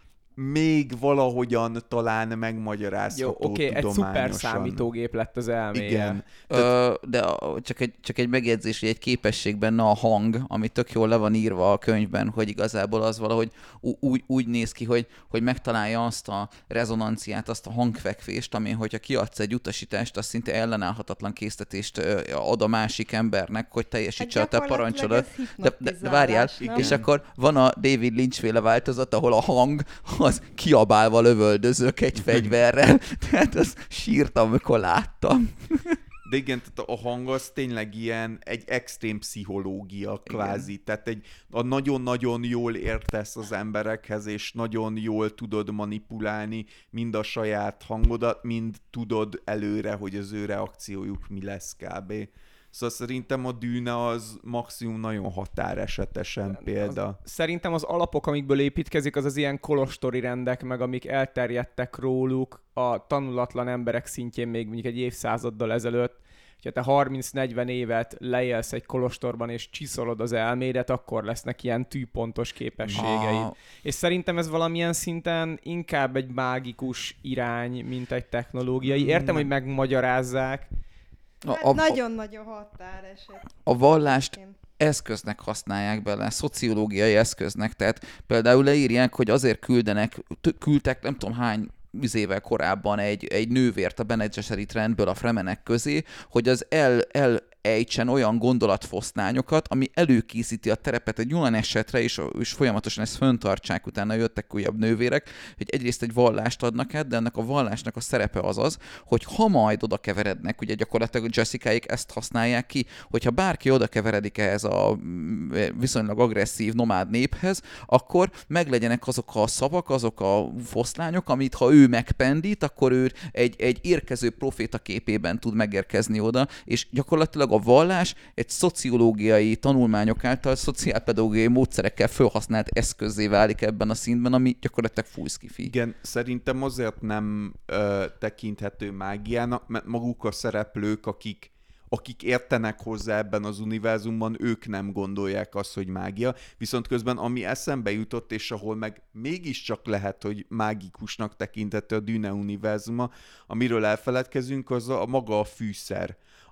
még valahogyan talán megmagyarázható Jó, oké, okay, egy szuper számítógép lett az elméje. Igen. Ö, de a, csak, egy, csak egy megjegyzés, hogy egy képesség benne a hang, ami tök jól le van írva a könyvben, hogy igazából az valahogy úgy, úgy néz ki, hogy, hogy megtalálja azt a rezonanciát, azt a hangfekvést, ami, hogyha kiadsz egy utasítást, az szinte ellenállhatatlan késztetést ad a másik embernek, hogy teljesítse hát a te parancsodat. De, de, de várjál, nem? és akkor van a David Lynch féle változat, ahol a hang az kiabálva lövöldözök egy fegyverrel, tehát azt sírtam, amikor láttam. De igen, tehát a hang az tényleg ilyen egy extrém pszichológia kvázi, igen. Tehát egy, a nagyon-nagyon jól értesz az emberekhez, és nagyon jól tudod manipulálni mind a saját hangodat, mind tudod előre, hogy az ő reakciójuk mi lesz kb. Szóval szerintem a Dűne az maximum nagyon határesetesen példa. Az, szerintem az alapok, amikből építkezik, az az ilyen kolostori rendek, meg amik elterjedtek róluk a tanulatlan emberek szintjén még mondjuk egy évszázaddal ezelőtt. Ha te harminc-negyven évet leélsz egy kolostorban és csiszolod az elmédet, akkor lesznek ilyen tűpontos képességeid. Ah. És szerintem ez valamilyen szinten inkább egy mágikus irány, mint egy technológiai. Értem, hogy megmagyarázzák. Hát a, a, nagyon-nagyon határeset. A vallást eszköznek használják bele, szociológiai eszköznek, tehát például leírják, hogy azért küldenek, küldtek nem tudom hány évvel korábban egy, egy nővért a Bene Gesserit rendből a fremenek közé, hogy az el, el ejtsen olyan gondolatfoszlányokat, ami előkészíti a terepet egy olyan esetre, és, és folyamatosan ezt föntartsák, utána jöttek újabb nővérek, hogy egyrészt egy vallást adnak át, de ennek a vallásnak a szerepe az az, hogy ha majd oda keverednek, ugye gyakorlatilag a Jessicaik ezt használják ki, hogyha bárki oda keveredik ehhez a viszonylag agresszív nomád néphez, akkor meglegyenek azok a szavak, azok a foszlányok, amit ha ő megpendít, akkor ő egy, egy érkező proféta képében tud megérkezni oda, és gyakorlatilag a vallás egy szociológiai tanulmányok által, szociálpedagógiai módszerekkel felhasznált eszközzé válik ebben a színben, ami gyakorlatilag full skifi. Igen, szerintem azért nem ö, tekinthető mágiának, mert maguk a szereplők, akik, akik értenek hozzá ebben az univerzumban, ők nem gondolják azt, hogy mágia. Viszont közben, ami eszembe jutott, és ahol meg mégiscsak lehet, hogy mágikusnak tekinthető a Dűne univerzuma, amiről elfeledkezünk, az a, a maga a fűszer,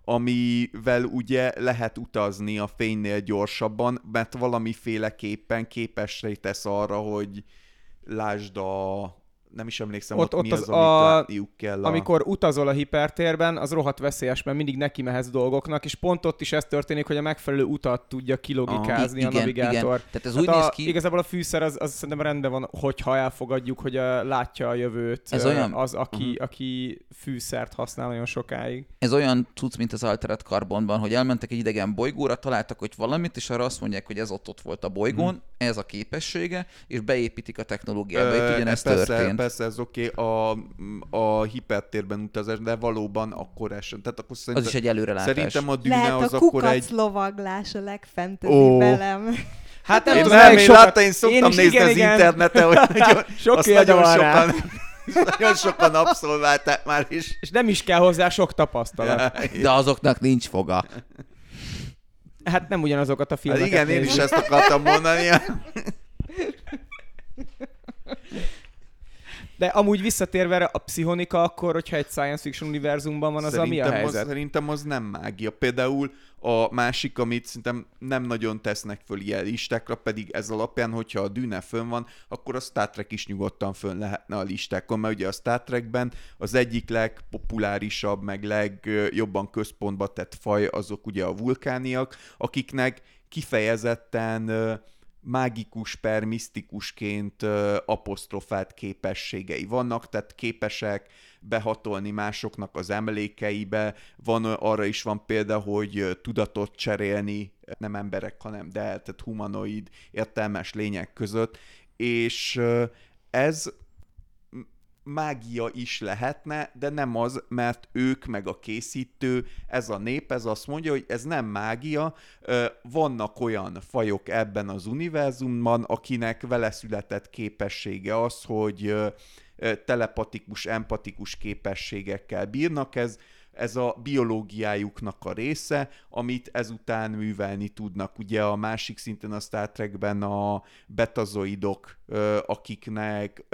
amivel ugye lehet utazni a fénynél gyorsabban, mert valamiféleképpen képessé tesz arra, hogy lásd a... Nem is emlékszem, ott, ott, ott mi az, az amit a... látniuk kell. A... Amikor utazol a hipertérben, az rohadt veszélyes, mert mindig neki mehetsz dolgoknak, és pont ott is ez történik, hogy a megfelelő utat tudja kilogikázni ah, a navigátor. Igen. Tehát ez hát úgy a, néz ki... Igazából a fűszer az, az szerintem rendben van, hogyha elfogadjuk, hogy a, látja a jövőt ez olyan... az, aki, uh-huh. aki fűszert használ nagyon sokáig. Ez olyan cucc, mint az Altered Carbonban, hogy elmentek egy idegen bolygóra, találtak hogy valamit, és arra azt mondják, hogy ez ott, ott volt a bolygón, hmm. ez a képessége, és beépítik a technológiába. Itt ugyanezt történt. Persze, ez oké, okay. a, a hipertérben utazás, de valóban akkor essen. Tehát akkor az is egy előrelátás. Szerintem a Dűne lehet az a akkor egy... lovaglás a legfentezi oh. velem. Hát nem én tudom, nem, én sokat... látta, én szoktam én is, nézni igen, az igen. interneten, hogy nagyon, Sok nagyon sokan, nagyon sokan abszolválták már is. És nem is kell hozzá sok tapasztalat. De azoknak nincs foga. Hát nem ugyanazokat a filmeket. Hát igen, én is ezt akartam mondani. De amúgy visszatérve a pszichonika, akkor, hogyha egy science fiction univerzumban van, az szerintem a mi a helyzet? Az, szerintem az nem mágia. Például a másik, amit szerintem nem nagyon tesznek föl ilyen listákra, pedig ez alapján, hogyha a Dűne fönn van, akkor a Star Trek is nyugodtan fönn lehetne a listákon, mert ugye a Star Trekben az egyik legpopulárisabb, meg legjobban központba tett faj azok ugye a vulkániak, akiknek kifejezetten mágikus per misztikusként uh, apostrofált képességei vannak, tehát képesek behatolni másoknak az emlékeibe. Van, arra is van példa, hogy uh, tudatot cserélni, nem emberek, hanem de, tehát humanoid, értelmes lények között, és uh, ez mágia is lehetne, de nem az, mert ők meg a készítő, ez a nép, ez azt mondja, hogy ez nem mágia, vannak olyan fajok ebben az univerzumban, akinek vele született képessége az, hogy telepatikus, empatikus képességekkel bírnak. Ez, ez a biológiájuknak a része, amit ezután művelni tudnak. Ugye a másik szinten a Star Trekben a betazoidok, akiknek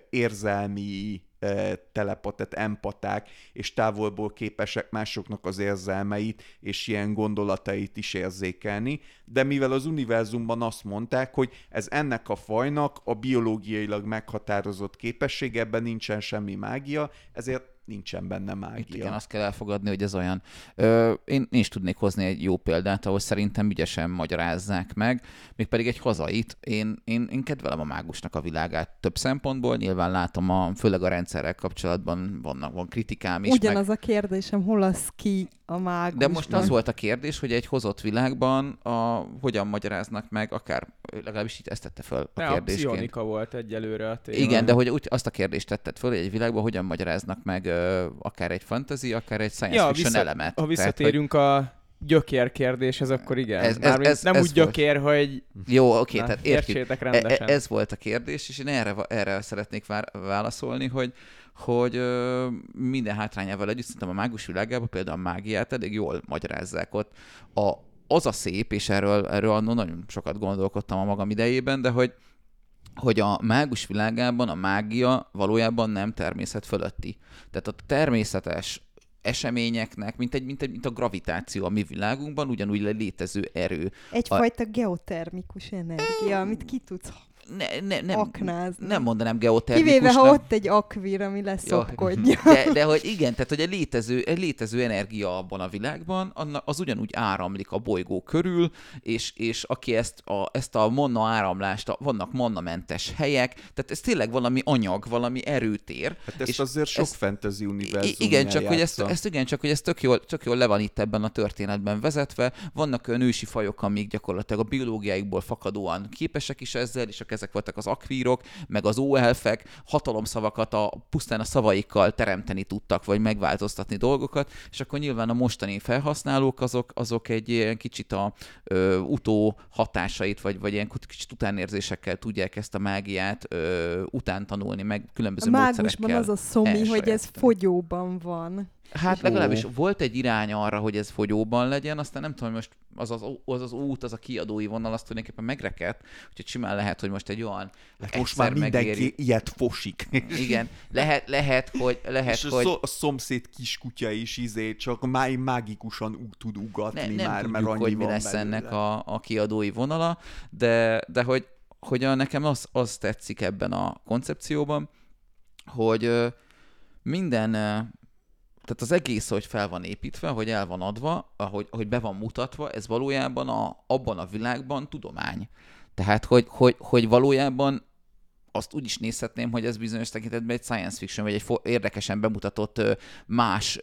érzelmi telepat, tehát empaták, és távolból képesek másoknak az érzelmeit, és ilyen gondolatait is érzékelni, de mivel az univerzumban azt mondták, hogy ez ennek a fajnak a biológiailag meghatározott képesség, ebben nincsen semmi mágia, ezért nincsen benne mágia. Itt igen, azt kell elfogadni, hogy ez olyan. Ö, én, én is tudnék hozni egy jó példát, ahol szerintem ügyesen magyarázzák meg, mégpedig egy hazait. Én, én, én kedvelem a mágusnak a világát több szempontból, nyilván látom, a, főleg a rendszerrel kapcsolatban vannak, van kritikám is. Ugyanaz meg... a kérdésem, hol az ki a mágus? De most az volt a kérdés, hogy egy hozott világban a, hogyan magyaráznak meg, akár legalábbis itt ezt tette föl a ne, kérdésként. A pszionika volt egyelőre a téma. Igen, de hogy úgy azt a kérdést tetted föl, hogy egy világban hogyan magyaráznak meg ö, akár egy fantasy, akár egy science ja, fiction vissza, elemet. Ha visszatérünk Tehát, hogy... a gyökér kérdéshez, akkor igen. Ez, ez, ez, nem ez úgy gyökér, volt. Hogy... Jó, oké, Na, tehát értjük. rendesen. Ez volt a kérdés, és én erre, erre szeretnék válaszolni, hogy hogy ö, minden hátrányával együtt szerintem a mágus világában például a mágiát elég jól magyarázzák ott. A, az a szép, és erről, erről annól nagyon sokat gondolkodtam a magam idejében, de hogy, hogy a mágus világában a mágia valójában nem természet fölötti. Tehát a természetes eseményeknek, mint, egy, mint, egy, mint a gravitáció a mi világunkban, ugyanúgy létező erő. Egyfajta a... geotermikus energia, amit ki tudsz ne, ne, nem, aknázni. Nem mondanám geotermikusnak. Kivéve, ha ott egy akvír, ami leszopkodja. De, de hogy igen, tehát hogy egy létező, egy létező energia abban a világban, az ugyanúgy áramlik a bolygó körül, és, és aki ezt a, ezt a manna áramlást, vannak mannamentes helyek, tehát ez tényleg valami anyag, valami erőtér. Hát ezt és azért sok ezt, fantasy univerzum igen, csak hogy ezt, ezt igen, csak hogy ez tök jól, tök jól le van itt ebben a történetben vezetve. Vannak olyan ősi fajok, amik gyakorlatilag a biológiáikból fakadóan képesek is ezzel, és ezek voltak az akvírok, meg az óelfek, hatalomszavakat a, pusztán a szavaikkal teremteni tudtak, vagy megváltoztatni dolgokat, és akkor nyilván a mostani felhasználók azok, azok egy ilyen kicsit a ö, utó hatásait, vagy, vagy ilyen kicsit utánérzésekkel tudják ezt a mágiát ö, utántanulni, meg különböző a módszerekkel. A mágusban az a szomi, hogy ez fogyóban van. Hát legalábbis volt egy irány arra, hogy ez fogyóban legyen, aztán nem tudom, hogy most az az, az az út, az a kiadói vonal, azt tulajdonképpen megrekedt, úgyhogy simán lehet, hogy most egy olyan hát most már mindenki megéri. Ilyet fosik. Igen, lehet, lehet, hogy... Lehet, és hogy... a szomszéd kiskutya is izé, csak máj mágikusan ú, tud ugatni ne, nem már, tudjuk, mert annyi hogy mi van lesz belőle. ennek a, a kiadói vonala, de, de hogy, hogy a, nekem az, az tetszik ebben a koncepcióban, hogy minden... Tehát az egész, hogy fel van építve, hogy el van adva, ahogy, ahogy be van mutatva, ez valójában a, abban a világban tudomány. Tehát, hogy, hogy, hogy valójában azt úgy is nézhetném, hogy ez bizonyos tekintetben egy science fiction, vagy egy fo- érdekesen bemutatott más,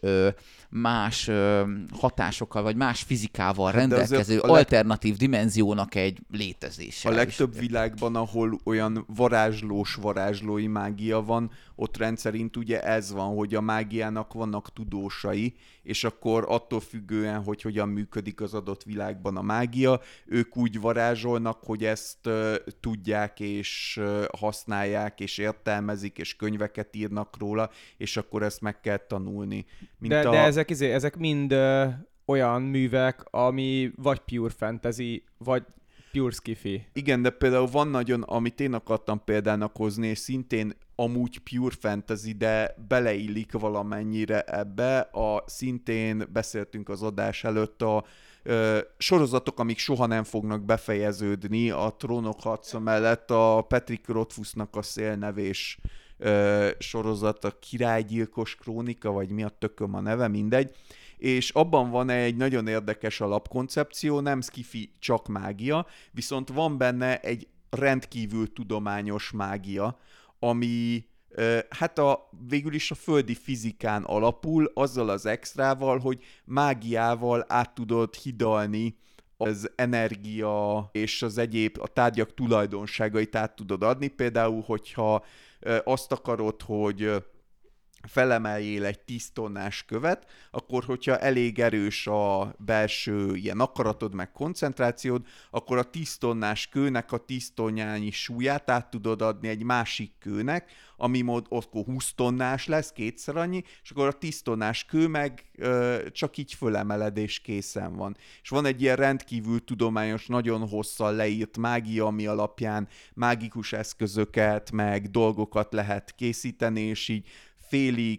más hatásokkal, vagy más fizikával hát rendelkező alternatív leg... dimenziónak egy létezése. A legtöbb is. Világban, ahol olyan varázslós varázslói mágia van, ott rendszerint ugye ez van, hogy a mágiának vannak tudósai, és akkor attól függően, hogy hogyan működik az adott világban a mágia, ők úgy varázsolnak, hogy ezt uh, tudják és uh, használják, és értelmezik, és könyveket írnak róla, és akkor ezt meg kell tanulni. Mint de, a... de ezek, ezek mind uh, olyan művek, ami vagy pure fantasy, vagy pure sci-fi. Igen, de például van nagyon, amit én akartam példának hozni, és szintén amúgy pure fantasy, de beleillik valamennyire ebbe. A szintén beszéltünk az adás előtt a ö, sorozatok, amik soha nem fognak befejeződni. A Trónok harca mellett a Patrick Rothfussnak a Szélnevés ö, sorozat, a Királygyilkos krónika, vagy mi a tököm a neve, mindegy. És abban van egy nagyon érdekes alapkoncepció, nem sci-fi, csak mágia, viszont van benne egy rendkívül tudományos mágia, ami hát a, végül is a földi fizikán alapul, azzal az extrával, hogy mágiával át tudod hidalni az energia és az egyéb, a tárgyak tulajdonságait át tudod adni. Például, hogyha azt akarod, hogy felemeljél egy tíz tonnás követ, akkor hogyha elég erős a belső ilyen akaratod meg koncentrációd, akkor a tíz tonnás kőnek a tíz tonnányi súlyát át tudod adni egy másik kőnek, ami mód akkor húsz tonnás lesz, kétszer annyi, és akkor a tíz tonnás kő meg ö, csak így fölemeled és készen van. És van egy ilyen rendkívül tudományos, nagyon hosszan leírt mágia, ami alapján mágikus eszközöket, meg dolgokat lehet készíteni, és így félig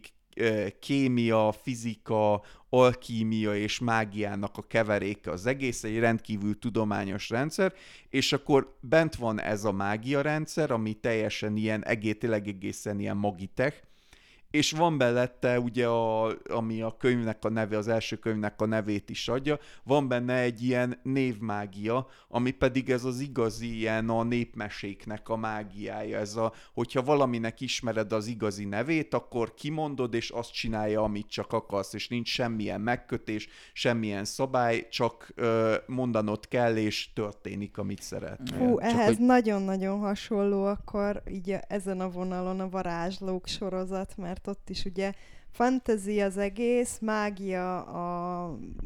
kémia, fizika, alkímia és mágiának a keveréke az egész, egy rendkívül tudományos rendszer, és akkor bent van ez a mágia rendszer, ami teljesen ilyen, egétileg egészen ilyen magitech, és van mellette ugye, a, ami a könyvnek a neve, az első könyvnek a nevét is adja, van benne egy ilyen névmágia, ami pedig ez az igazi ilyen a népmeséknek a mágiája, ez a, hogyha valaminek ismered az igazi nevét, akkor kimondod, és azt csinálja, amit csak akarsz, és nincs semmilyen megkötés, semmilyen szabály, csak ö, mondanod kell, és történik, amit szeretnél. Hú, ehhez hogy... nagyon-nagyon hasonló akkor így ezen a vonalon a varázslók sorozat, mert ott is ugye fantasy az egész, mágia a,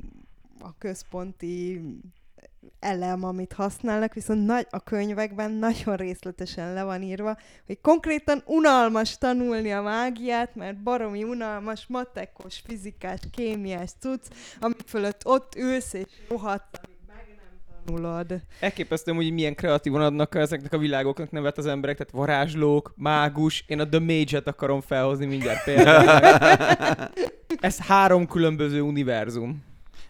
a központi elem, amit használnak, viszont nagy, a könyvekben nagyon részletesen le van írva, hogy konkrétan unalmas tanulni a mágiát, mert baromi unalmas, matekos, fizikás, kémiás cucc, amit fölött ott ülsz és rohadsz, tanulod. Elképesztő, hogy milyen kreatívan adnak ezeknek a világoknak nevet az emberek, tehát varázslók, mágus, én a The Mage-et akarom felhozni mindjárt például. Ez három különböző univerzum.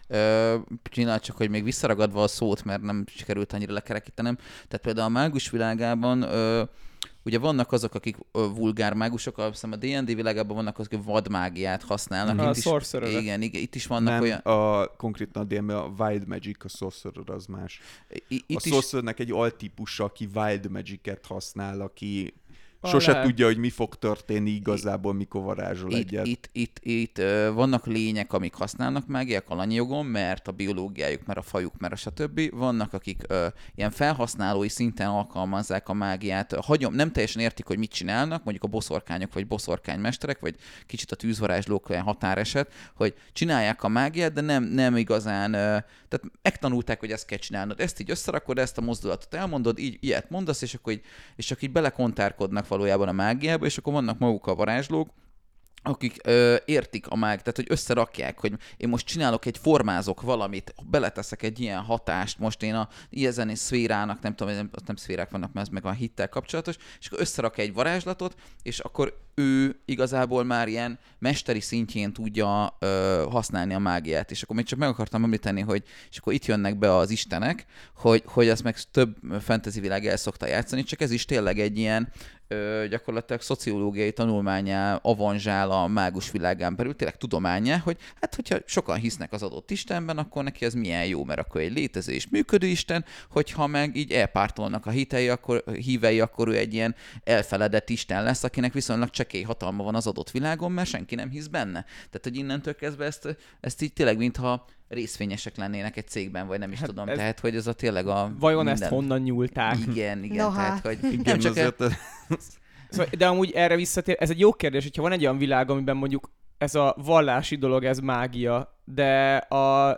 Ö, csinál csak, hogy még visszaragadva a szót, mert nem sikerült annyira lekerekítenem. Tehát például a mágus világában ö, ugye vannak azok, akik ö, vulgár mágusok, azt hiszem a dé és dé világában vannak azok, akik vadmágiát használnak. Uh-huh. Itt A is, sorcerer. igen, igen, itt is vannak nem, olyan... a, konkrétan a dé és dé, a Wild Magic, a Sorcerer az más. I, A itt is... Sorcerernek egy altípusa, aki Wild Magic-et használ, aki Ah, sose lehet. tudja, hogy mi fog történni igazából, mikor varázsol Itt, egyet. itt, itt, itt ö, vannak lények, amik használnak mágiák alanyjogon, mert a biológiájuk, mert a fajuk, mert a stb. Vannak, akik ö, ilyen felhasználói szinten alkalmazzák a mágiát. Hagyom, nem teljesen értik, hogy mit csinálnak, mondjuk a boszorkányok vagy boszorkánymesterek, vagy kicsit a tűzvarázslók olyan határeset, hogy csinálják a mágiát, de nem, nem igazán, ö, tehát megtanulták, hogy ezt kell csinálnod. Ezt így összerakod, ezt a mozdulatot elmondod, így ilyet mondasz, és akkor így, és csak így belekontárkodnak valójában a mágiába, és akkor vannak maguk a varázslók, akik ö, értik a mág, tehát hogy összerakják, hogy én most csinálok egy, formázok valamit, beleteszek egy ilyen hatást, most én a ilyen és szférának, nem tudom, nem, nem szférák vannak, mert ez meg van hittel kapcsolatos, és akkor összerak egy varázslatot, és akkor ő igazából már ilyen mesteri szintjén tudja ö, használni a mágiát. És akkor még csak meg akartam említeni, hogy és akkor itt jönnek be az istenek, hogy, hogy ezt meg több fantasy világ el szokta játszani, csak ez is tényleg egy ilyen ö, gyakorlatilag szociológiai tanulmányá avanzsál a mágus világán belül, tényleg tudományá, hogy hát hogyha sokan hisznek az adott istenben, akkor neki ez milyen jó, mert akkor egy létező és működő isten, hogyha meg így elpártolnak a hitei, akkor, hívei, akkor ő egy ilyen elfeledett isten lesz, akinek viszonylag csekély hatalma van az adott világon, mert senki nem hisz benne. Tehát, hogy innentől kezdve ezt, ezt így tényleg, mintha részvényesek lennének egy cégben, vagy nem is Hát tudom. ez... Tehát, hogy ez a tényleg a Vajon minden... ezt honnan nyúlták? Igen, igen. No, tehát, hát. hogy Igen, nem csak azért el... Szóval, de amúgy erre visszatér, ez egy jó kérdés, hogyha van egy olyan világ, amiben mondjuk ez a vallási dolog, ez mágia, de a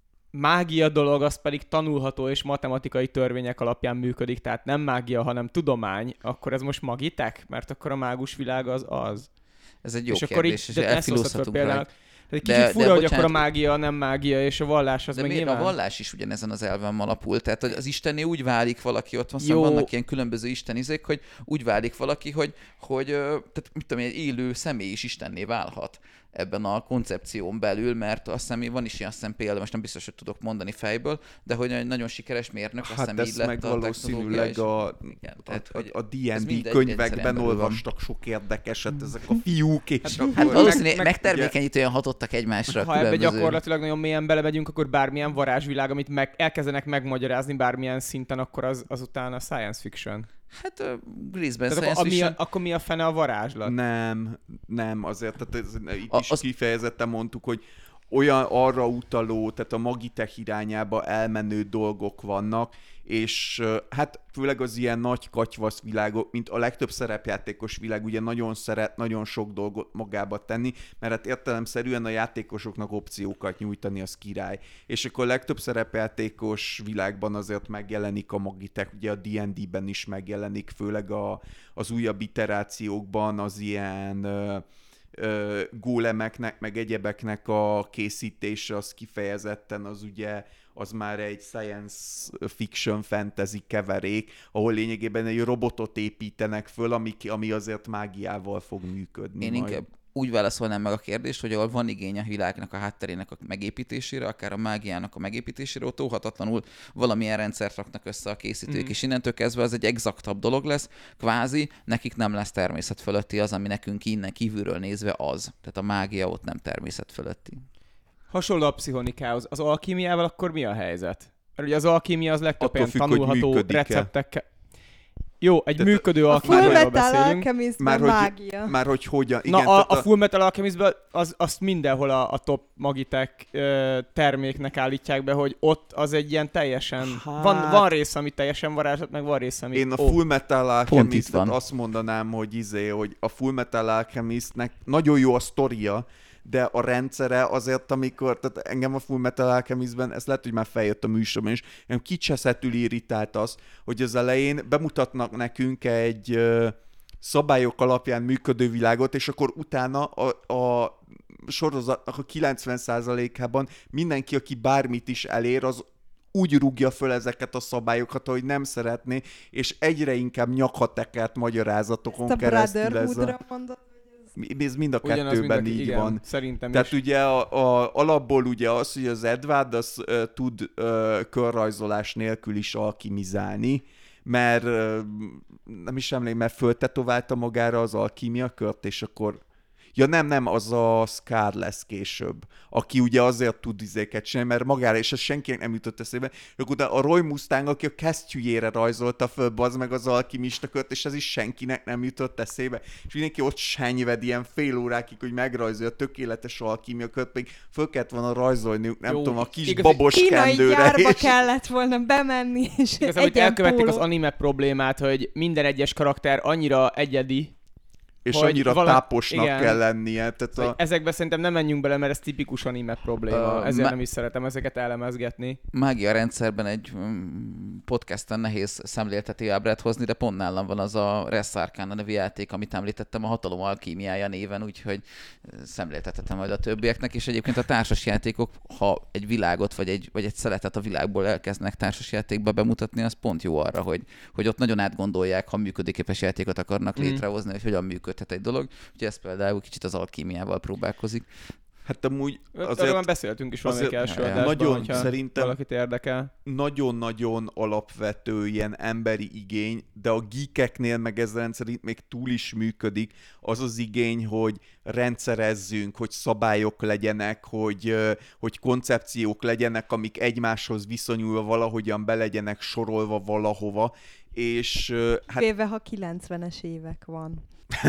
mágia dolog az pedig tanulható és matematikai törvények alapján működik, tehát nem mágia, hanem tudomány, akkor ez most magitek? Mert akkor a mágus világ az az. Ez egy jó és kérdés, akkor így, és de ezt hoztad fel elfilózhatunk például. rajta. Tehát De- kicsit fura, de hogy bocsánat, akkor a mágia nem mágia, és a vallás az De meg miért nyilván... a vallás is ugyanezen az elven alapul? Tehát hogy az istenné úgy válik valaki, ott van, Jó. vannak ilyen különböző istenizék, hogy úgy válik valaki, hogy, hogy ö, tehát mit tudom, egy élő személy is istenné válhat ebben a koncepción belül, mert azt hiszem, van is ilyen azt hiszem példa, most nem biztos, hogy tudok mondani fejből, de hogy egy nagyon sikeres mérnök, azt Hát hiszem így ez lett meg a valószínűleg technológia, a, igen, a, tehát, hogy a, a dé ez és dé mind egy rendszeren könyvekben belül van. olvastak sok érdekeset ezek a fiúk, és Hát, akkor... Hát Meg- valószínűleg meg- megtermékenyítően hatottak egymásra. Ha ebbe különböző- gyakorlatilag nagyon mélyen belemegyünk, akkor bármilyen varázsvilág, amit meg elkezdenek megmagyarázni bármilyen szinten, akkor az, az utána science fiction. Hát ö, részben Tehát science akkor, ami fiction. a, akkor mi a fene a varázslat? Nem, nem, azért, tehát ez, itt A- is az- kifejezetten mondtuk, hogy olyan arra utaló, tehát a Magitech irányába elmenő dolgok vannak, és hát főleg az ilyen nagy katyvasz világok, mint a legtöbb szerepjátékos világ, ugye nagyon szeret nagyon sok dolgot magába tenni, mert hát értelemszerűen a játékosoknak opciókat nyújtani az király. És akkor a legtöbb szerepjátékos világban azért megjelenik a Magitech, ugye a dé és dé-ben is megjelenik, főleg a, az újabb iterációkban az ilyen ö, ö, gólemeknek, meg egyebeknek a készítése az kifejezetten az ugye az már egy science fiction fantasy keverék, ahol lényegében egy robotot építenek föl, ami, ami azért mágiával fog működni. Én majd. inkább úgy válaszolnám meg a kérdést, hogy ahol van igény a világnak a hátterének a megépítésére, akár a mágiának a megépítésére, ott óhatatlanul valamilyen rendszert raknak össze a készítők, mm. és innentől kezdve az egy exaktabb dolog lesz, kvázi nekik nem lesz természet fölötti az, ami nekünk innen kívülről nézve az. Tehát a mágia ott nem természet fölötti. Hasonló a pszichonikához. Az alkímiával akkor mi a helyzet? Mert ugye az alkímia az legtöbb ilyen függ, tanulható receptekkel. Jó, egy Tehát működő A alkímiáról beszélünk. Fullmetal Alchemistben Már hogy, mágia. már hogy hogyan. Na, Igen, a, tehát a Fullmetal Alchemistben az, azt mindenhol a, a top Magitech ö, terméknek állítják be, hogy ott az egy ilyen teljesen... Hát... Van, van rész, ami teljesen varázslat, meg van rész, ami... Én a ó, Fullmetal Alchemistet azt mondanám, hogy izé, hogy a Fullmetal Alchemistnek nagyon jó a sztoria, de a rendszere azért, amikor, tehát engem a Fullmetal Alchemistben, ez lehet, hogy már feljött a műsorban is, engem kicseszettül irritált az, hogy az elején bemutatnak nekünk egy ö, szabályok alapján működő világot, és akkor utána a, a sorozatnak a kilencven százalékában mindenki, aki bármit is elér, az úgy rúgja föl ezeket a szabályokat, hogy nem szeretné, és egyre inkább nyakhatekert magyarázatokon Ezt a keresztül ez a... Brotherhoodra mondod? Ez mind a ugyanaz kettőben mind a, így igen, van. Szerintem Tehát is. ugye a, a, alapból ugye az, hogy az Edward az uh, tud uh, körrajzolás nélkül is alkimizálni, mert uh, nem is emlékszem, mert föltetoválta magára az alkímia kört, és akkor ja nem, nem, az a Scar lesz később, aki ugye azért tud izéket csinálni, mert magára, és ez senkinek nem jutott eszébe. Akkor a Roy Mustang, aki a kesztyűjére rajzolta föl, bazd meg az alkimista kört, és ez is senkinek nem jutott eszébe. És mindenki ott senyved ilyen fél órákig, hogy megrajzolja a tökéletes alkimia kört, pedig föl kellett volna rajzolniuk, nem Jó, tudom, a kis igazi- babos Kínai kendőre. gyárba És... kellett volna bemenni, és Igazából hogy egyen elkövették az póló. anime problémát, hogy minden egyes karakter annyira egyedi, és hogy annyira vala- táposnak igen. kell lennie. Tehát hogy a... ezekbe szerintem nem menjünk bele, mert ez tipikus anime probléma. Ö, Ezért me- nem is szeretem ezeket elemezgetni. Mágia rendszerben egy mm, podcasten nehéz szemléltető ábrát hozni, de pont nálam van az a Res Arcana nevű játék, amit említettem, a hatalom alkímiája néven, úgyhogy szemléltethetem majd a többieknek, és egyébként a társasjátékok, ha egy világot vagy egy, vagy egy szeletet a világból elkezdenek társasjátékba bemutatni, az pont jó arra, hogy, hogy ott nagyon átgondolják, ha működőképes játékot akarnak Mm. létrehozni, hogy hogyan működhet egy dolog. Úgyhogy ez például kicsit az alkímiával próbálkozik. Hát amúgy Azért, Arról már beszéltünk is valamelyik azért- első Ja, ja. adásban, Nagyon hogyha szerintem- valakit érdekel. nagyon-nagyon alapvető ilyen emberi igény, de a geekeknél meg ez rendszerint még túl is működik, az az igény, hogy rendszerezzünk, hogy szabályok legyenek, hogy, ö, hogy koncepciók legyenek, amik egymáshoz viszonyulva valahogyan be legyenek sorolva valahova, és ö, hát Véve, ha kilencvenes évek van.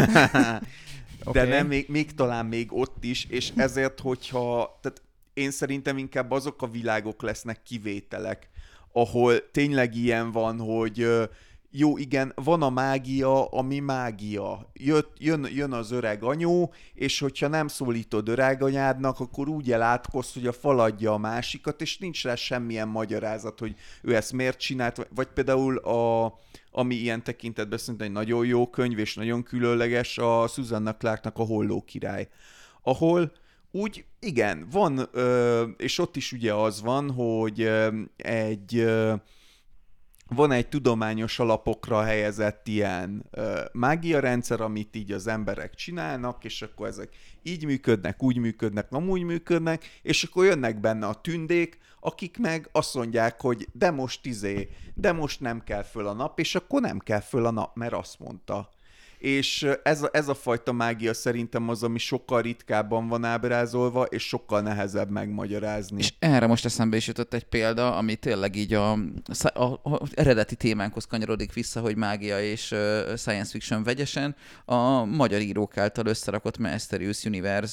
de Oké. nem, még, még talán még ott is, és ezért, hogyha, tehát én szerintem inkább azok a világok lesznek kivételek, ahol tényleg ilyen van, hogy ö, jó, igen, van a mágia, ami mágia. Jött, jön, jön az öreg anyó, és hogyha nem szólítod öreganyádnak, akkor úgy elátkoz, hogy a faladja a másikat, és nincs rá semmilyen magyarázat, hogy ő ezt miért csinált, vagy, vagy például a, ami ilyen tekintetben szerintem egy nagyon jó könyv, és nagyon különleges, a Susanna Clarknak a Holló király, ahol úgy, igen, van, ö, és ott is ugye az van, hogy ö, egy... Ö, van egy tudományos alapokra helyezett ilyen uh, mágiarendszer, amit így az emberek csinálnak, és akkor ezek így működnek, úgy működnek, amúgy működnek, és akkor jönnek benne a tündék, akik meg azt mondják, hogy de most izé, de most nem kell föl a nap, és akkor nem kell föl a nap, mert azt mondta. És ez a, ez a fajta mágia szerintem az, ami sokkal ritkábban van ábrázolva, és sokkal nehezebb megmagyarázni. És erre most eszembe is jutott egy példa, ami tényleg így a, a, a eredeti témánkhoz kanyarodik vissza, hogy mágia és uh, science fiction vegyesen. A magyar írók által összerakott Mysterious Universe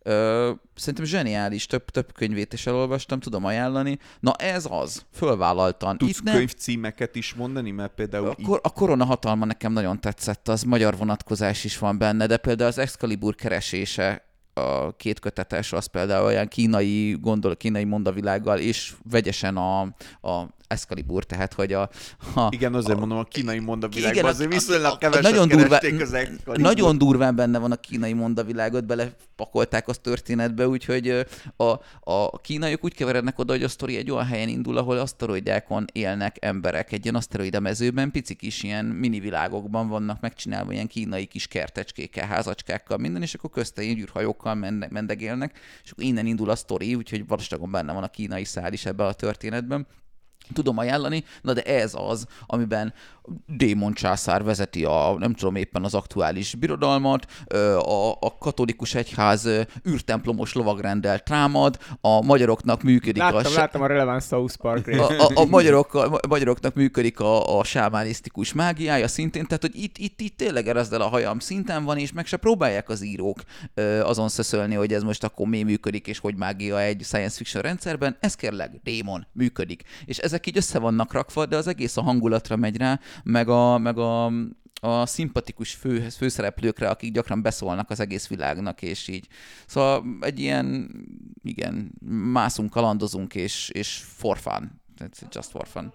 Ö, szerintem zseniális, több, több könyvét is elolvastam, tudom ajánlani. Na ez az, fölvállaltan. Tudsz Itt nem... könyvcímeket is mondani, mert például... A, kor, a Korona hatalma nekem nagyon tetszett, az magyar vonatkozás is van benne, de például az Excalibur keresése, a két kötetes, az például olyan kínai, gondol, kínai mondavilággal, és vegyesen a, a Excalibur, tehát hogy a... a igen, azért a, mondom, a kínai mondavilágban igen, azért a, viszonylag a, a, keveset nagyon keresték durvá, az Excalibur. Nagyon durván benne van a kínai mondavilágot, belepakolták azt történetbe, úgyhogy a, a kínaiak úgy keverednek oda, hogy a sztori egy olyan helyen indul, ahol aszteroidákon élnek emberek, egy ilyen aszteroida mezőben, picik is ilyen mini világokban vannak megcsinálva ilyen kínai kis kertecskékkel, házacskákkal, minden, és akkor közte ilyen űrhajókkal mendegélnek, és akkor innen indul a sztori, úgyhogy valószínűleg benne van a kínai szál is ebben a történetben. Tudom ajánlani, na de ez az, amiben Démon császár vezeti a, nem tudom éppen az aktuális birodalmat, a, a katolikus egyház űrtemplomos lovagrendel támad, a magyaroknak működik láttam, a... Láttam, láttam a releváns South Park részt. A, a, a, magyarok, a magyaroknak működik a, a sámánisztikus mágiája szintén, tehát hogy itt, itt, itt tényleg erezzel a hajam szinten van, és meg se próbálják az írók azon szöszölni, hogy ez most akkor mi működik, és hogy mágia egy science fiction rendszerben, ez kérlek, Démon működik. És ezek így össze vannak rakva, de az egész a hangulatra megy rá, meg a, meg a, a szimpatikus fő, főszereplőkre, akik gyakran beszólnak az egész világnak, és így. Szóval egy ilyen, igen, mászunk, kalandozunk, és, és for fun. It's just for fun.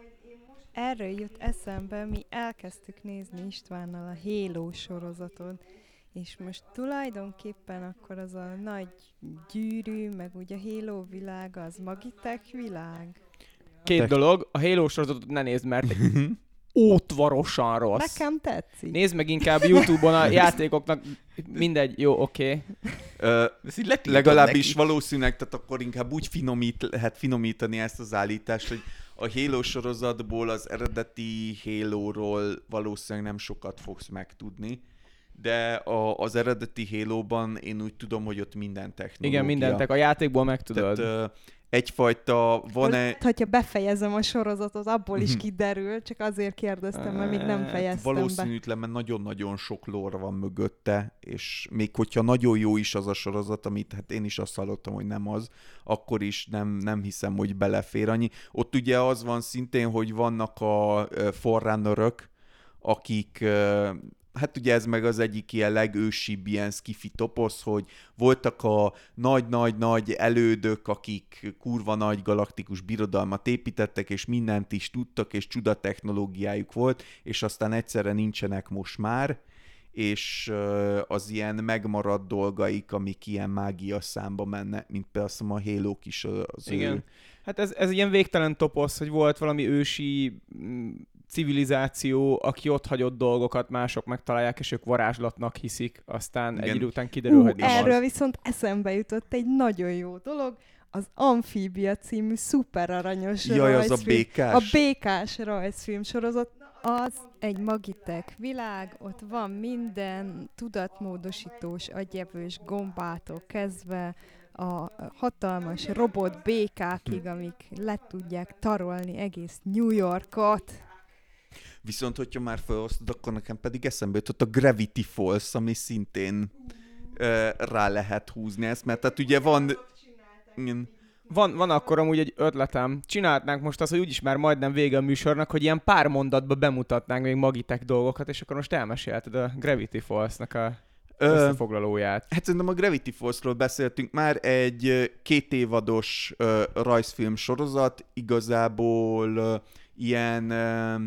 Erről jut eszembe, mi elkezdtük nézni Istvánnal a Halo sorozatot, és most tulajdonképpen akkor az a nagy gyűrű, meg ugye a Halo világ, az Magitek világ. Két dolog, a Halo sorozatot ne nézd, mert ótvarosan rossz. Nekem tetszik. Nézd meg inkább YouTube-on a játékoknak, mindegy, jó, oké. Okay. Legalábbis valószínűleg, tehát akkor inkább úgy finomít, lehet finomítani ezt az állítást, hogy a Halo sorozatból, az eredeti Halo-ról valószínűleg nem sokat fogsz megtudni. De a, az eredeti Halo-ban én úgy tudom, hogy ott minden technológia. Igen, mindentek. A játékból megtudod. Tehát, egyfajta van egy... Hogyha befejezem a sorozatot, abból is kiderül, csak azért kérdeztem, mert még nem fejeztem valószínűtlen, mert nagyon-nagyon sok lore van mögötte, és még hogyha nagyon jó is az a sorozat, amit hát én is azt hallottam, hogy nem az, akkor is nem, nem hiszem, hogy belefér annyi. Ott ugye az van szintén, hogy vannak a forrunnerök, akik... Hát ugye ez meg az egyik ilyen legősibb ilyen skifi toposz, hogy voltak a nagy-nagy-nagy elődök, akik kurva nagy galaktikus birodalmat építettek, és mindent is tudtak, és csuda technológiájuk volt, és aztán egyszerre nincsenek most már, és az ilyen megmaradt dolgaik, amik ilyen mágia számba mennek, mint például a Halo-k is az igen. ő... Hát ez, ez ilyen végtelen toposz, hogy volt valami ősi civilizáció, aki ott hagyott dolgokat, mások megtalálják, és ők varázslatnak hiszik, aztán igen. egy idő után kiderül, uh, hogy nem erről az. viszont eszembe jutott egy nagyon jó dolog, az Amfibia című szuper aranyos Jaj, rajzfilm. az a békás. A békás rajzfilm sorozat. Az egy Magitek világ, ott van minden tudatmódosítós, agyevős gombától kezdve a hatalmas robot békákig, amik le tudják tarolni egész New Yorkot. Viszont, hogyha már felosztod, akkor nekem pedig eszembe jutott a Gravity Falls, ami szintén uh, rá lehet húzni ezt, mert tehát ugye van... Van, van akkor amúgy egy ötletem. Csinálhatnánk most azt, hogy úgyis már majdnem vége a műsornak, hogy ilyen pár mondatba bemutatnánk még Magitek dolgokat, és akkor most elmesélted a Gravity Falls-nak a összefoglalóját. Hát szerintem a Gravity Falls-ról beszéltünk már, egy két évados uh, rajzfilm sorozat, igazából uh, ilyen uh,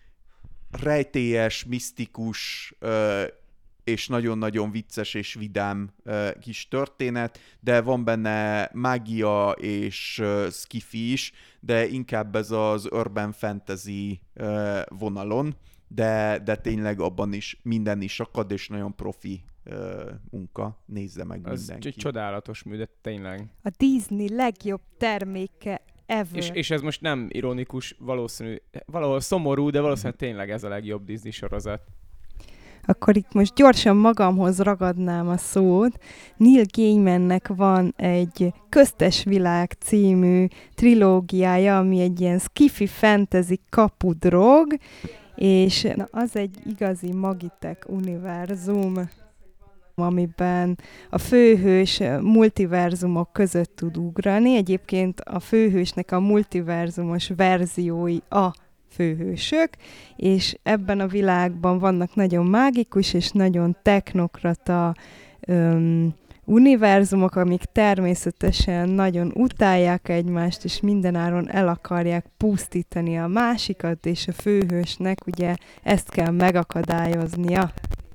rejtélyes, misztikus uh, és nagyon-nagyon vicces és vidám uh, kis történet, de van benne mágia és uh, skifi is, de inkább ez az urban fantasy uh, vonalon, de, de tényleg abban is minden is akad, és nagyon profi uh, munka. Nézze meg az mindenki. Ez csodálatos mű, de tényleg. A Disney legjobb terméke ever. És, és ez most nem ironikus, valószínű, valahol szomorú, de valószínűleg tényleg ez a legjobb Disney sorozat. Akkor itt most gyorsan magamhoz ragadnám a szót. Neil Gaimannek van egy Köztes világ című trilógiája, ami egy ilyen skifi fantasy kapudrog, és na, az egy igazi Magitek univerzum. amiben a főhős multiverzumok között tud ugrani. Egyébként a főhősnek a multiverzumos verziói a főhősök, és ebben a világban vannak nagyon mágikus és nagyon technokrata öm, univerzumok, amik természetesen nagyon utálják egymást, és mindenáron el akarják pusztítani a másikat, és a főhősnek ugye ezt kell megakadályoznia.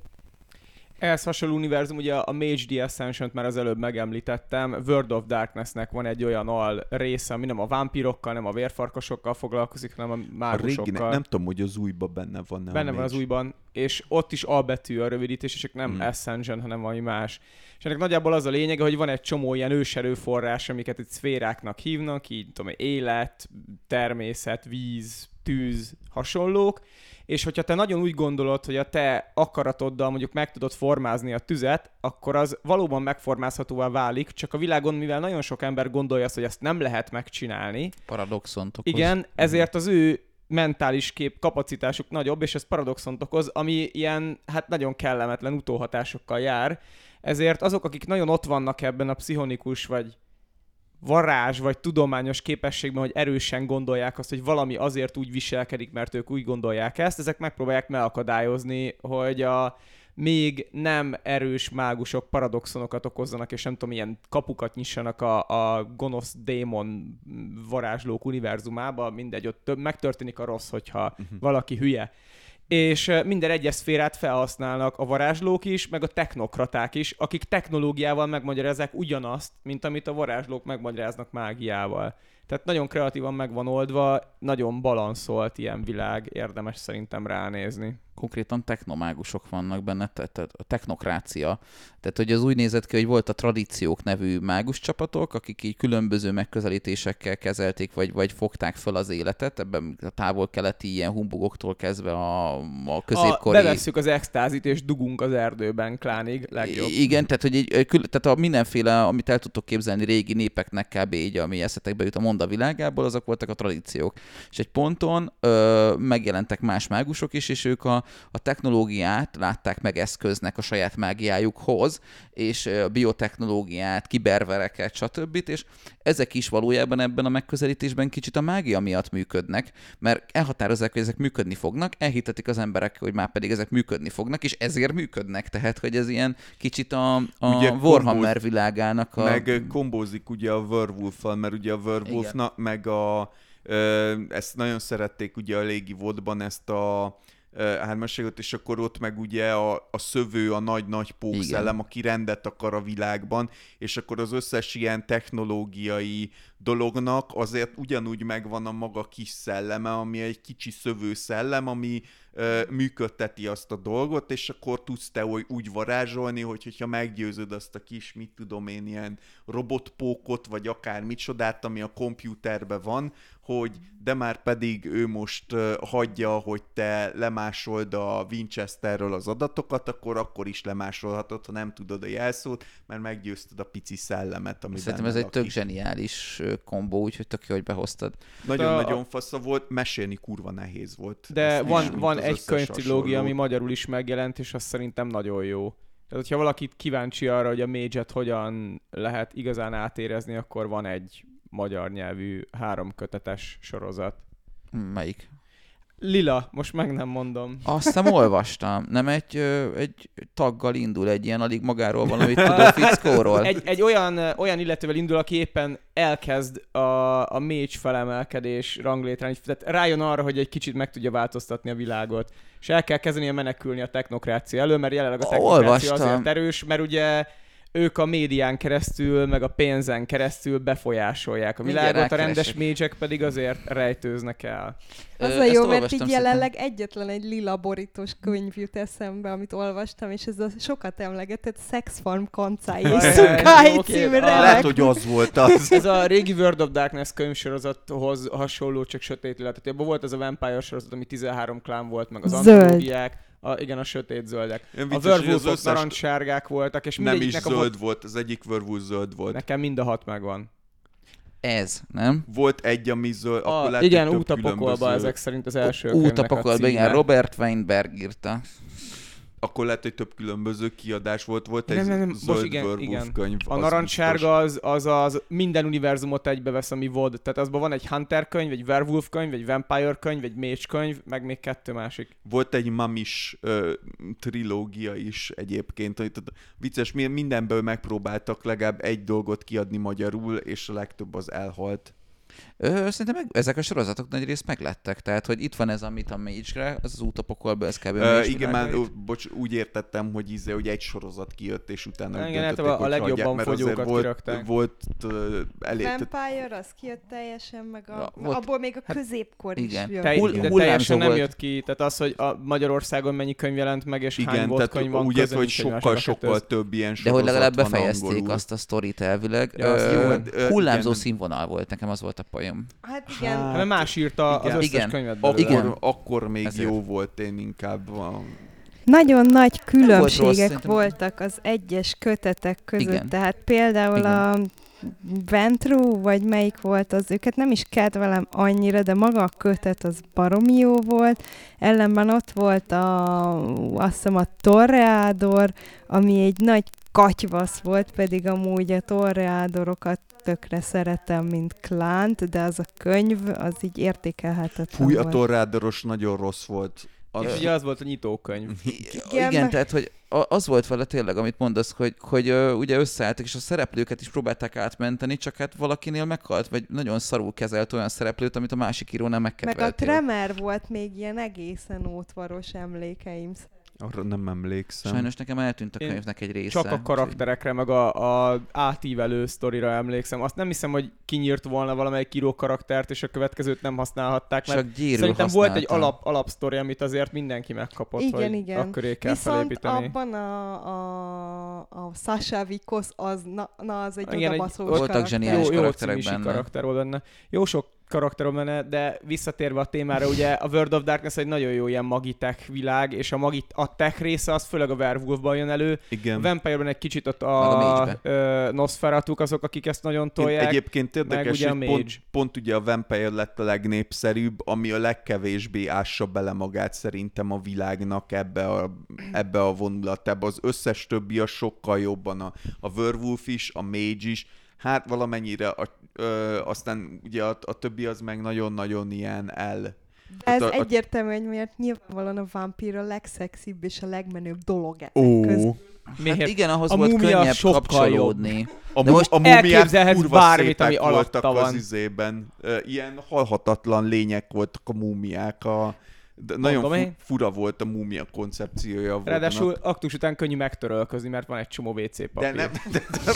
Ehhez hasonló univerzum, ugye a Mage the Ascension-t már az előbb megemlítettem, World of Darkness-nek van egy olyan al része, ami nem a vámpirokkal, nem a vérfarkasokkal foglalkozik, hanem a mágusokkal. A régi, nem tudom, hogy az újban benne van. Benne van az újban, és ott is A betű a rövidítés, és csak nem Mm. Ascension, hanem valami más. És ennek nagyjából az a lényege, hogy van egy csomó ilyen őserőforrás, amiket itt szféráknak hívnak, így tudom, élet, természet, víz, tűz, hasonlók, és hogyha te nagyon úgy gondolod, hogy a te akaratoddal mondjuk meg tudod formázni a tüzet, akkor az valóban megformázhatóvá válik, csak a világon, mivel nagyon sok ember gondolja azt, hogy ezt nem lehet megcsinálni. Paradoxont okoz. Igen, ezért az ő mentális kép kapacitásuk nagyobb, és ez paradoxont okoz, ami ilyen, hát nagyon kellemetlen utóhatásokkal jár. Ezért azok, akik nagyon ott vannak ebben a pszichonikus, vagy varázs, vagy tudományos képességben, hogy erősen gondolják azt, hogy valami azért úgy viselkedik, mert ők úgy gondolják ezt, ezek megpróbálják megakadályozni, hogy a még nem erős mágusok paradoxonokat okozzanak, és nem tudom, ilyen kapukat nyissanak a, a gonosz démon varázslók univerzumába, mindegy, ott több, megtörténik a rossz, hogyha uh-huh. valaki hülye. És minden egyes szférát felhasználnak a varázslók is, meg a technokraták is, akik technológiával megmagyarázzák ugyanazt, mint amit a varázslók megmagyaráznak mágiával. Tehát nagyon kreatívan meg van oldva, nagyon balanszolt ilyen világ, érdemes szerintem ránézni. Konkrétan technomágusok vannak benne, tehát a technokrácia. Tehát, hogy az úgy nézett ki, hogy volt a Tradíciók nevű mágus csapatok, akik így különböző megközelítésekkel kezelték, vagy, vagy fogták föl az életet, ebben a távol-keleti ilyen humbugoktól kezdve a, a középkori... A, bevesszük az extázit, és dugunk az erdőben klánig, legjobb. Igen, tehát, hogy így, tehát a mindenféle, amit el tudtok képzelni régi népeknek kb. Így, ami eszetekbe jut a monda világából, azok voltak a tradíciók. És egy ponton ö, megjelentek más mágusok is, és ők a a technológiát látták meg eszköznek a saját mágiájukhoz, és a biotechnológiát, kibervereket, stb. És ezek is valójában ebben a megközelítésben kicsit a mágia miatt működnek, mert elhatározzák, hogy ezek működni fognak, elhitetik az emberek, hogy már pedig ezek működni fognak, és ezért működnek. Tehát, hogy ez ilyen kicsit a, a Warhammer világának a... Meg kombózik ugye a Werewolf-val, mert ugye a Werewolfnak meg a... Ezt nagyon szerették ugye a Légi Vodban, ezt a hármasságot, és akkor ott meg ugye a, a szövő, a nagy-nagy pókszellem, aki rendet akar a világban, és akkor az összes ilyen technológiai dolognak azért ugyanúgy megvan a maga kis szelleme, ami egy kicsi szövő szellem, ami ö, működteti azt a dolgot, és akkor tudsz te úgy varázsolni, hogy, hogyha meggyőzöd azt a kis, mit tudom én, ilyen robotpókot, vagy akár micsodát, ami a kompjúterben van, hogy de már pedig ő most uh, hagyja, hogy te lemásold a Winchesterről az adatokat, akkor akkor is lemásolhatod, ha nem tudod a jelszót, mert meggyőzted a pici szellemet, ami Szerintem ez egy tök zseniális kombó, úgyhogy tök jó, hogy behoztad. Nagyon-nagyon fasza volt, mesélni kurva nehéz volt. De van, van egy könyvtrilógia, ami magyarul is megjelent, és az szerintem nagyon jó. Tehát, hogyha valaki kíváncsi arra, hogy a Mage-et hogyan lehet igazán átérezni, akkor van egy magyar nyelvű háromkötetes sorozat. Melyik? Lila, most meg nem mondom. Azt nem olvastam. Nem egy, ö, egy taggal indul, egy ilyen alig magáról valamit tudó fickóról. Egy, egy olyan, olyan illetővel indul, aki éppen elkezd a, a Mage felemelkedés ranglétrán, tehát rájön arra, hogy egy kicsit meg tudja változtatni a világot. És el kell kezdeni menekülni a technokrácia elől, mert jelenleg a technokrácia azért erős, mert ugye ők a médián keresztül, meg a pénzen keresztül befolyásolják a világot, a rendes mage-ek pedig azért rejtőznek el. Az a jó, mert így jelenleg egyetlen egy lila borítós könyv jut eszembe, amit olvastam, és ez a sokat emlegetett Sex Farm kancái és Szukái című remek. Lehet, hogy az volt az. Ez a régi World of Darkness könyvsorozathoz hasonló, csak sötét illetett. Abban volt ez a Vampire sorozat, ami tizenhárom klán volt, meg az antológiák. A, igen, a sötét zöldek. Vicces, a werewolfok narancssárgák voltak, és nem is zöld volt... volt, az egyik werewolf zöld volt. Nekem mind a hat megvan. Ez, nem? Volt egy, ami zöld, a, akkor lehet, igen, Út a pokolba ezek szerint az első Út a pokolba, igen, Robert Weinberg írta. Akkor lehet, hogy több különböző kiadás volt. Volt egy nem, nem, nem. zöld Most igen, Werewolf igen. könyv. A narancssárga az, az az minden univerzumot egybevesz, ami volt. Tehát azban van egy Hunter könyv, egy Werewolf könyv, egy Vampire könyv, egy Mage könyv, meg még kettő másik. Volt egy Mamis ö, trilógia is egyébként. Hogy, vicces, mindenből megpróbáltak legalább egy dolgot kiadni magyarul, és a legtöbb az elhalt. Ö, szerintem meg, ezek a sorozatok nagy részt meglettek, tehát hogy itt van ez, amit a Mage-re, az az út a pokolba, ez kb. Ö, igen, már ó, bocs, úgy értettem, hogy íze, hogy egy sorozat kijött, és utána igen, döntötték, a, a hogy legjobban hagyják, fogyókat volt, kirakták. volt uh, elég... Vampire, az kijött teljesen, meg a, Ja, volt- abból még a hát középkor igen. is jön. Te, Hull- de hullámzó teljesen nem volt. jött ki, tehát az, hogy a Magyarországon mennyi könyv jelent meg, és hány Igen, volt tehát könyv van úgy köze, értem, hogy nincs egymásnak a sokkal-sokkal kettőz. több ilyen De sorozat hogy legalább van befejezték angolul. azt a sztorit elvileg. Ja, azt jó, Ö, hát, ö, hullámzó igen. színvonal volt, nekem az volt a bajom. Hát igen. Hát, Mert más írta igen. az összes Igen. könyvet Akkor, belőle. Igen. akkor még Ezért. jó volt, én inkább a... Nagyon nagy volt különbségek rossz, szerintem. voltak az egyes kötetek között. Igen. Tehát például Igen. a Ventru, vagy melyik volt az, őket nem is kedvelem annyira, de maga a kötet az baromi jó volt. Ellenben ott volt a, azt hiszem a Torreador, ami egy nagy katyvasz volt, pedig amúgy a Torreadorokat tökre szeretem, mint klánt, de az a könyv, az így értékelhetetlen Fúj, a volt. Torrádoros nagyon rossz volt. Az... És ugye az volt a nyitókönyv. Igen, Igen, Igen meg- tehát, hogy a- az volt vele tényleg, amit mondasz, hogy, hogy ö, ugye összeálltak, és a szereplőket is próbálták átmenteni, csak hát valakinél meghalt, vagy nagyon szarul kezelt olyan szereplőt, amit a másik író nem Meg a megkedveltél. Tremer volt még ilyen egészen ótvaros emlékeim. Arra nem emlékszem. Sajnos nekem eltűnt a Én könyvnek egy része. Csak a karakterekre, meg a, a átívelő sztorira emlékszem. Azt nem hiszem, hogy kinyírt volna valamelyik író karaktert, és a következőt nem használhatták, mert Csak gyérül szerintem volt egy használta. alap, alapsztori, amit azért mindenki megkapott, Igen, hogy igen. akköré kell Viszont felépíteni. abban a, a, a Sasha Vikos, az, na, na az egy Igen, egy- odabaszós voltak karakter. zseniális Jó, jó karakterek címisi benne. karakter volt benne. Jó sok karakter van benne, de visszatérve a témára, ugye a World of Darkness egy nagyon jó ilyen magitech világ, és a magit a tech része az főleg a Werewolfban jön elő. Igen. A Vampire-ben egy kicsit ott Meg a a, Mage-be. a Nosferatuk azok, akik ezt nagyon Én tolják. egyébként érdekes, ugye a hogy Mage. pont, pont ugye a Vampire lett a legnépszerűbb, ami a legkevésbé ássa bele magát szerintem a világnak ebbe a, ebbe a vonulatába. Az összes többi a sokkal jobban, a, a Werewolf is, a Mage is, hát valamennyire, a, ö, aztán ugye a, a többi az meg nagyon-nagyon ilyen el... De ez a- a- egyértelmű, hogy miért nyilvánvalóan a vampír a legszexibb és a legmenőbb dolog ezek Ó, között. Miért? Hát igen, ahhoz A volt múmia könnyebb sokkal kapcsolódni. A, De mu- most a múmiák elképzelhetsz kurva bármit, szépek ami alatta voltak van. az izében. Ö, Ilyen halhatatlan lények voltak a múmiák. A... De nagyon Mondom fu- én. fura volt a múmia koncepciója. a Ráadásul Vodnak. aktus után könnyű megtörölközni, mert van egy csomó vé cé papír. De nem... De, de,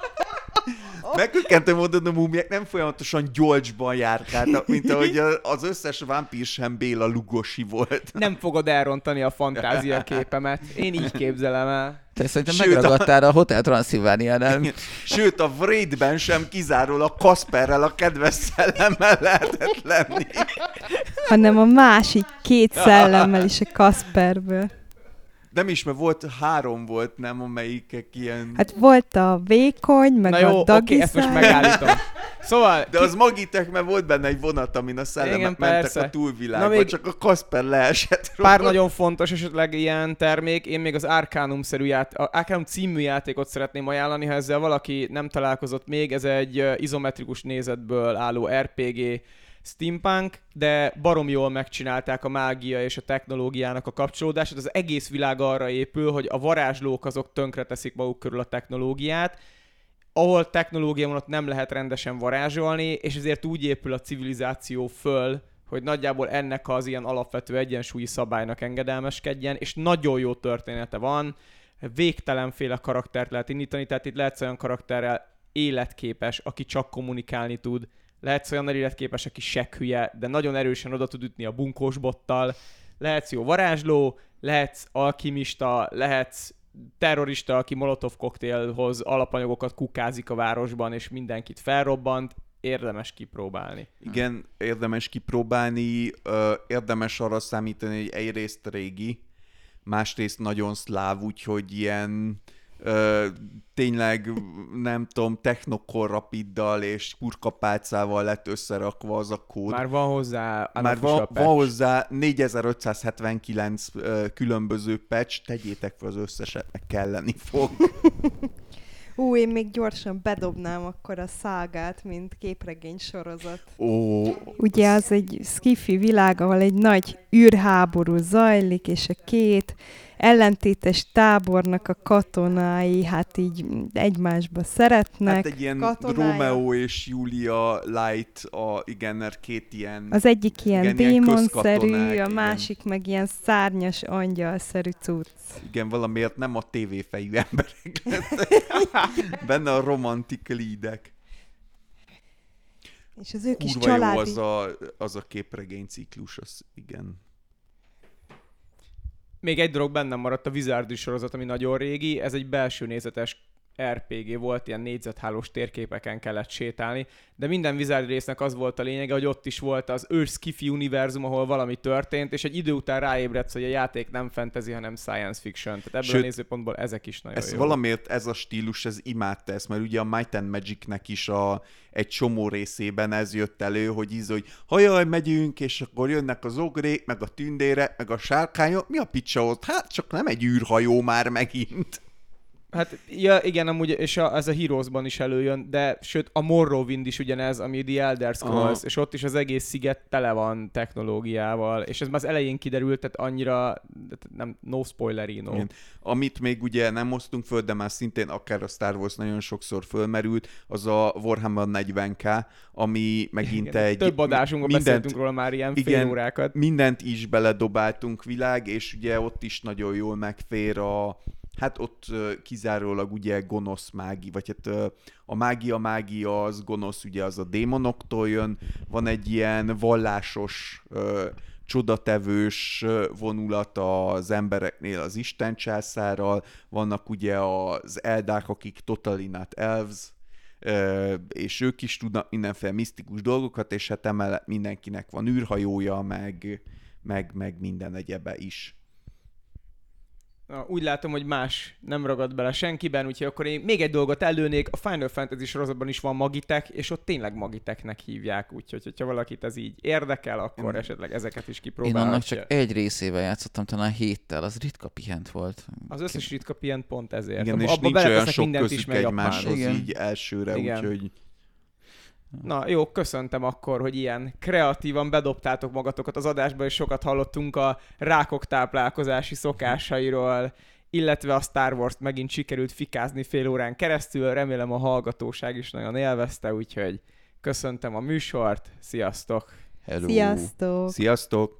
Megkökkentem mondani, a múmiák nem folyamatosan gyolcsban járkáltak, mint ahogy a- az összes vámpír sem Béla Lugosi volt. Nem fogod elrontani a fantázia képemet. Én így képzelem el. Te szerintem Sőt, megragadtál a Hotel Transylvániánál. Sőt, a Wraithben sem kizárólag Kasperrel, a kedves szellemmel lehetett lenni. Hanem a másik két szellemmel is a Kasperből. Nem is, mert volt három volt, nem, amelyikek ilyen... Hát volt a vékony, meg Na jó, a oké, dagi ezt most szám. megállítom. Szóval, De az Magitek, mert volt benne egy vonat, amin a szellemek Igen, mentek persze. a túlvilágba, Na még- csak a Kasper leesett róla. pár nagyon fontos esetleg ilyen termék. Én még az Arcanum-szerű ját- a Arcanum című játékot szeretném ajánlani, ha ezzel valaki nem találkozott még. Ez egy ö, izometrikus nézetből álló er pé gé steampunk, de barom jól megcsinálták a mágia és a technológiának a kapcsolódását. Az egész világ arra épül, hogy a varázslók azok tönkreteszik maguk körül a technológiát, ahol technológia van, ott nem lehet rendesen varázsolni, és ezért úgy épül a civilizáció föl, hogy nagyjából ennek az ilyen alapvető egyensúlyi szabálynak engedelmeskedjen, és nagyon jó története van, végtelenféle karaktert lehet indítani, tehát itt lehetsz olyan karakterrel életképes, aki csak kommunikálni tud, lehetsz olyan életképes, aki sekkhülye, de nagyon erősen oda tud ütni a bunkós bottal, lehetsz jó varázsló, lehetsz alkimista, lehetsz terrorista, aki molotov koktélhoz alapanyagokat kukázik a városban, és mindenkit felrobbant, érdemes kipróbálni. Igen, érdemes kipróbálni, ö, érdemes arra számítani, hogy egyrészt régi, másrészt nagyon szláv, úgyhogy ilyen ö, tényleg, nem tudom, technokorrapiddal és kurkapálcával lett összerakva az a kód. Már van hozzá Már van, van hozzá négyezer-ötszázhetvenkilenc ö, különböző patch, tegyétek fel az összeset, meg kelleni fog. Ú, én még gyorsan bedobnám akkor a szágát, mint képregény sorozat. Ó, Ugye az egy skifi világ, ahol egy nagy űrháború zajlik, és a két ellentétes tábornak a katonái hát így egymásba szeretnek. hát egy ilyen katonája. Romeo és Julia light, a, igen, mert két ilyen... Az egyik ilyen igen, ilyen démonszerű, közkatonák, a igen. másik meg ilyen szárnyas angyalszerű cucc. Igen, valamiért nem a tévéfejű emberek lettek. Benne a romantik leadek. És az ő kis Kurva jó családi... az a, az a képregény ciklus, az igen. Még egy dolog bennem maradt, a Wizardry sorozat, ami nagyon régi, ez egy belső nézetes er pé gé volt, ilyen négyzethálós térképeken kellett sétálni, de minden Wizardry résznek az volt a lényege, hogy ott is volt az ős skifi univerzum, ahol valami történt, és egy idő után ráébredsz, hogy a játék nem fantasy, hanem science fiction. Tehát ebből Sőt, a nézőpontból ezek is nagyon ez jó. valamiért ez a stílus, ez imádta ezt, mert ugye a Might and Magicnek is a, egy csomó részében ez jött elő, hogy íz, hogy hajaj, megyünk, és akkor jönnek az ogrék, meg a tündérek, meg a sárkányok, mi a picsa ott? Hát csak nem egy űrhajó már megint. Hát ja, igen, amúgy, és a, ez a Heroesban is előjön, de sőt a Morrowind is ugyanez, ami The Elder Scrolls, Aha. és ott is az egész sziget tele van technológiával, és ez már az elején kiderült, tehát annyira, nem, no spoilerino. Igen. Amit még ugye nem hoztunk föl, de már szintén akár a Star Wars nagyon sokszor fölmerült, az a Warhammer negyven ká, ami megint Igen, egy... több adásunkban mindent, beszéltünk róla már ilyen igen, fél órákat. mindent is beledobáltunk világ, és ugye ott is nagyon jól megfér a... Hát ott uh, kizárólag ugye gonosz mági, vagy hát uh, a mágia mágia az gonosz, ugye az a démonoktól jön, van egy ilyen vallásos, uh, csodatevős uh, vonulat az embereknél az Isten császárral, vannak ugye az eldák, akik totally not elves, uh, és ők is tudnak mindenféle misztikus dolgokat, és hát emellett mindenkinek van űrhajója, meg, meg, meg minden egyebe is. Na, úgy látom, hogy más nem ragad bele senkiben, úgyhogy akkor én még egy dolgot előnék. A Final Fantasy sorozatban is van Magitek, és ott tényleg Magiteknek hívják, úgyhogy hogyha valakit ez így érdekel, akkor Én... esetleg ezeket is Én kipróbálhatja. annak csak egy részével játszottam, talán héttel, az ritka pihent volt. Az összes ritka pihent pont ezért. Igen, és Abba nincs olyan beletesznek sok mindent is, közük meg egymáshoz Igen. így elsőre, Igen. úgyhogy... Na jó, köszöntem akkor, hogy ilyen kreatívan bedobtátok magatokat az adásba, és sokat hallottunk a rákok táplálkozási szokásairól, illetve a Star Wars-t megint sikerült fikázni fél órán keresztül, remélem a hallgatóság is nagyon élvezte, úgyhogy köszöntem a műsort, sziasztok! Hello. Sziasztok! Sziasztok!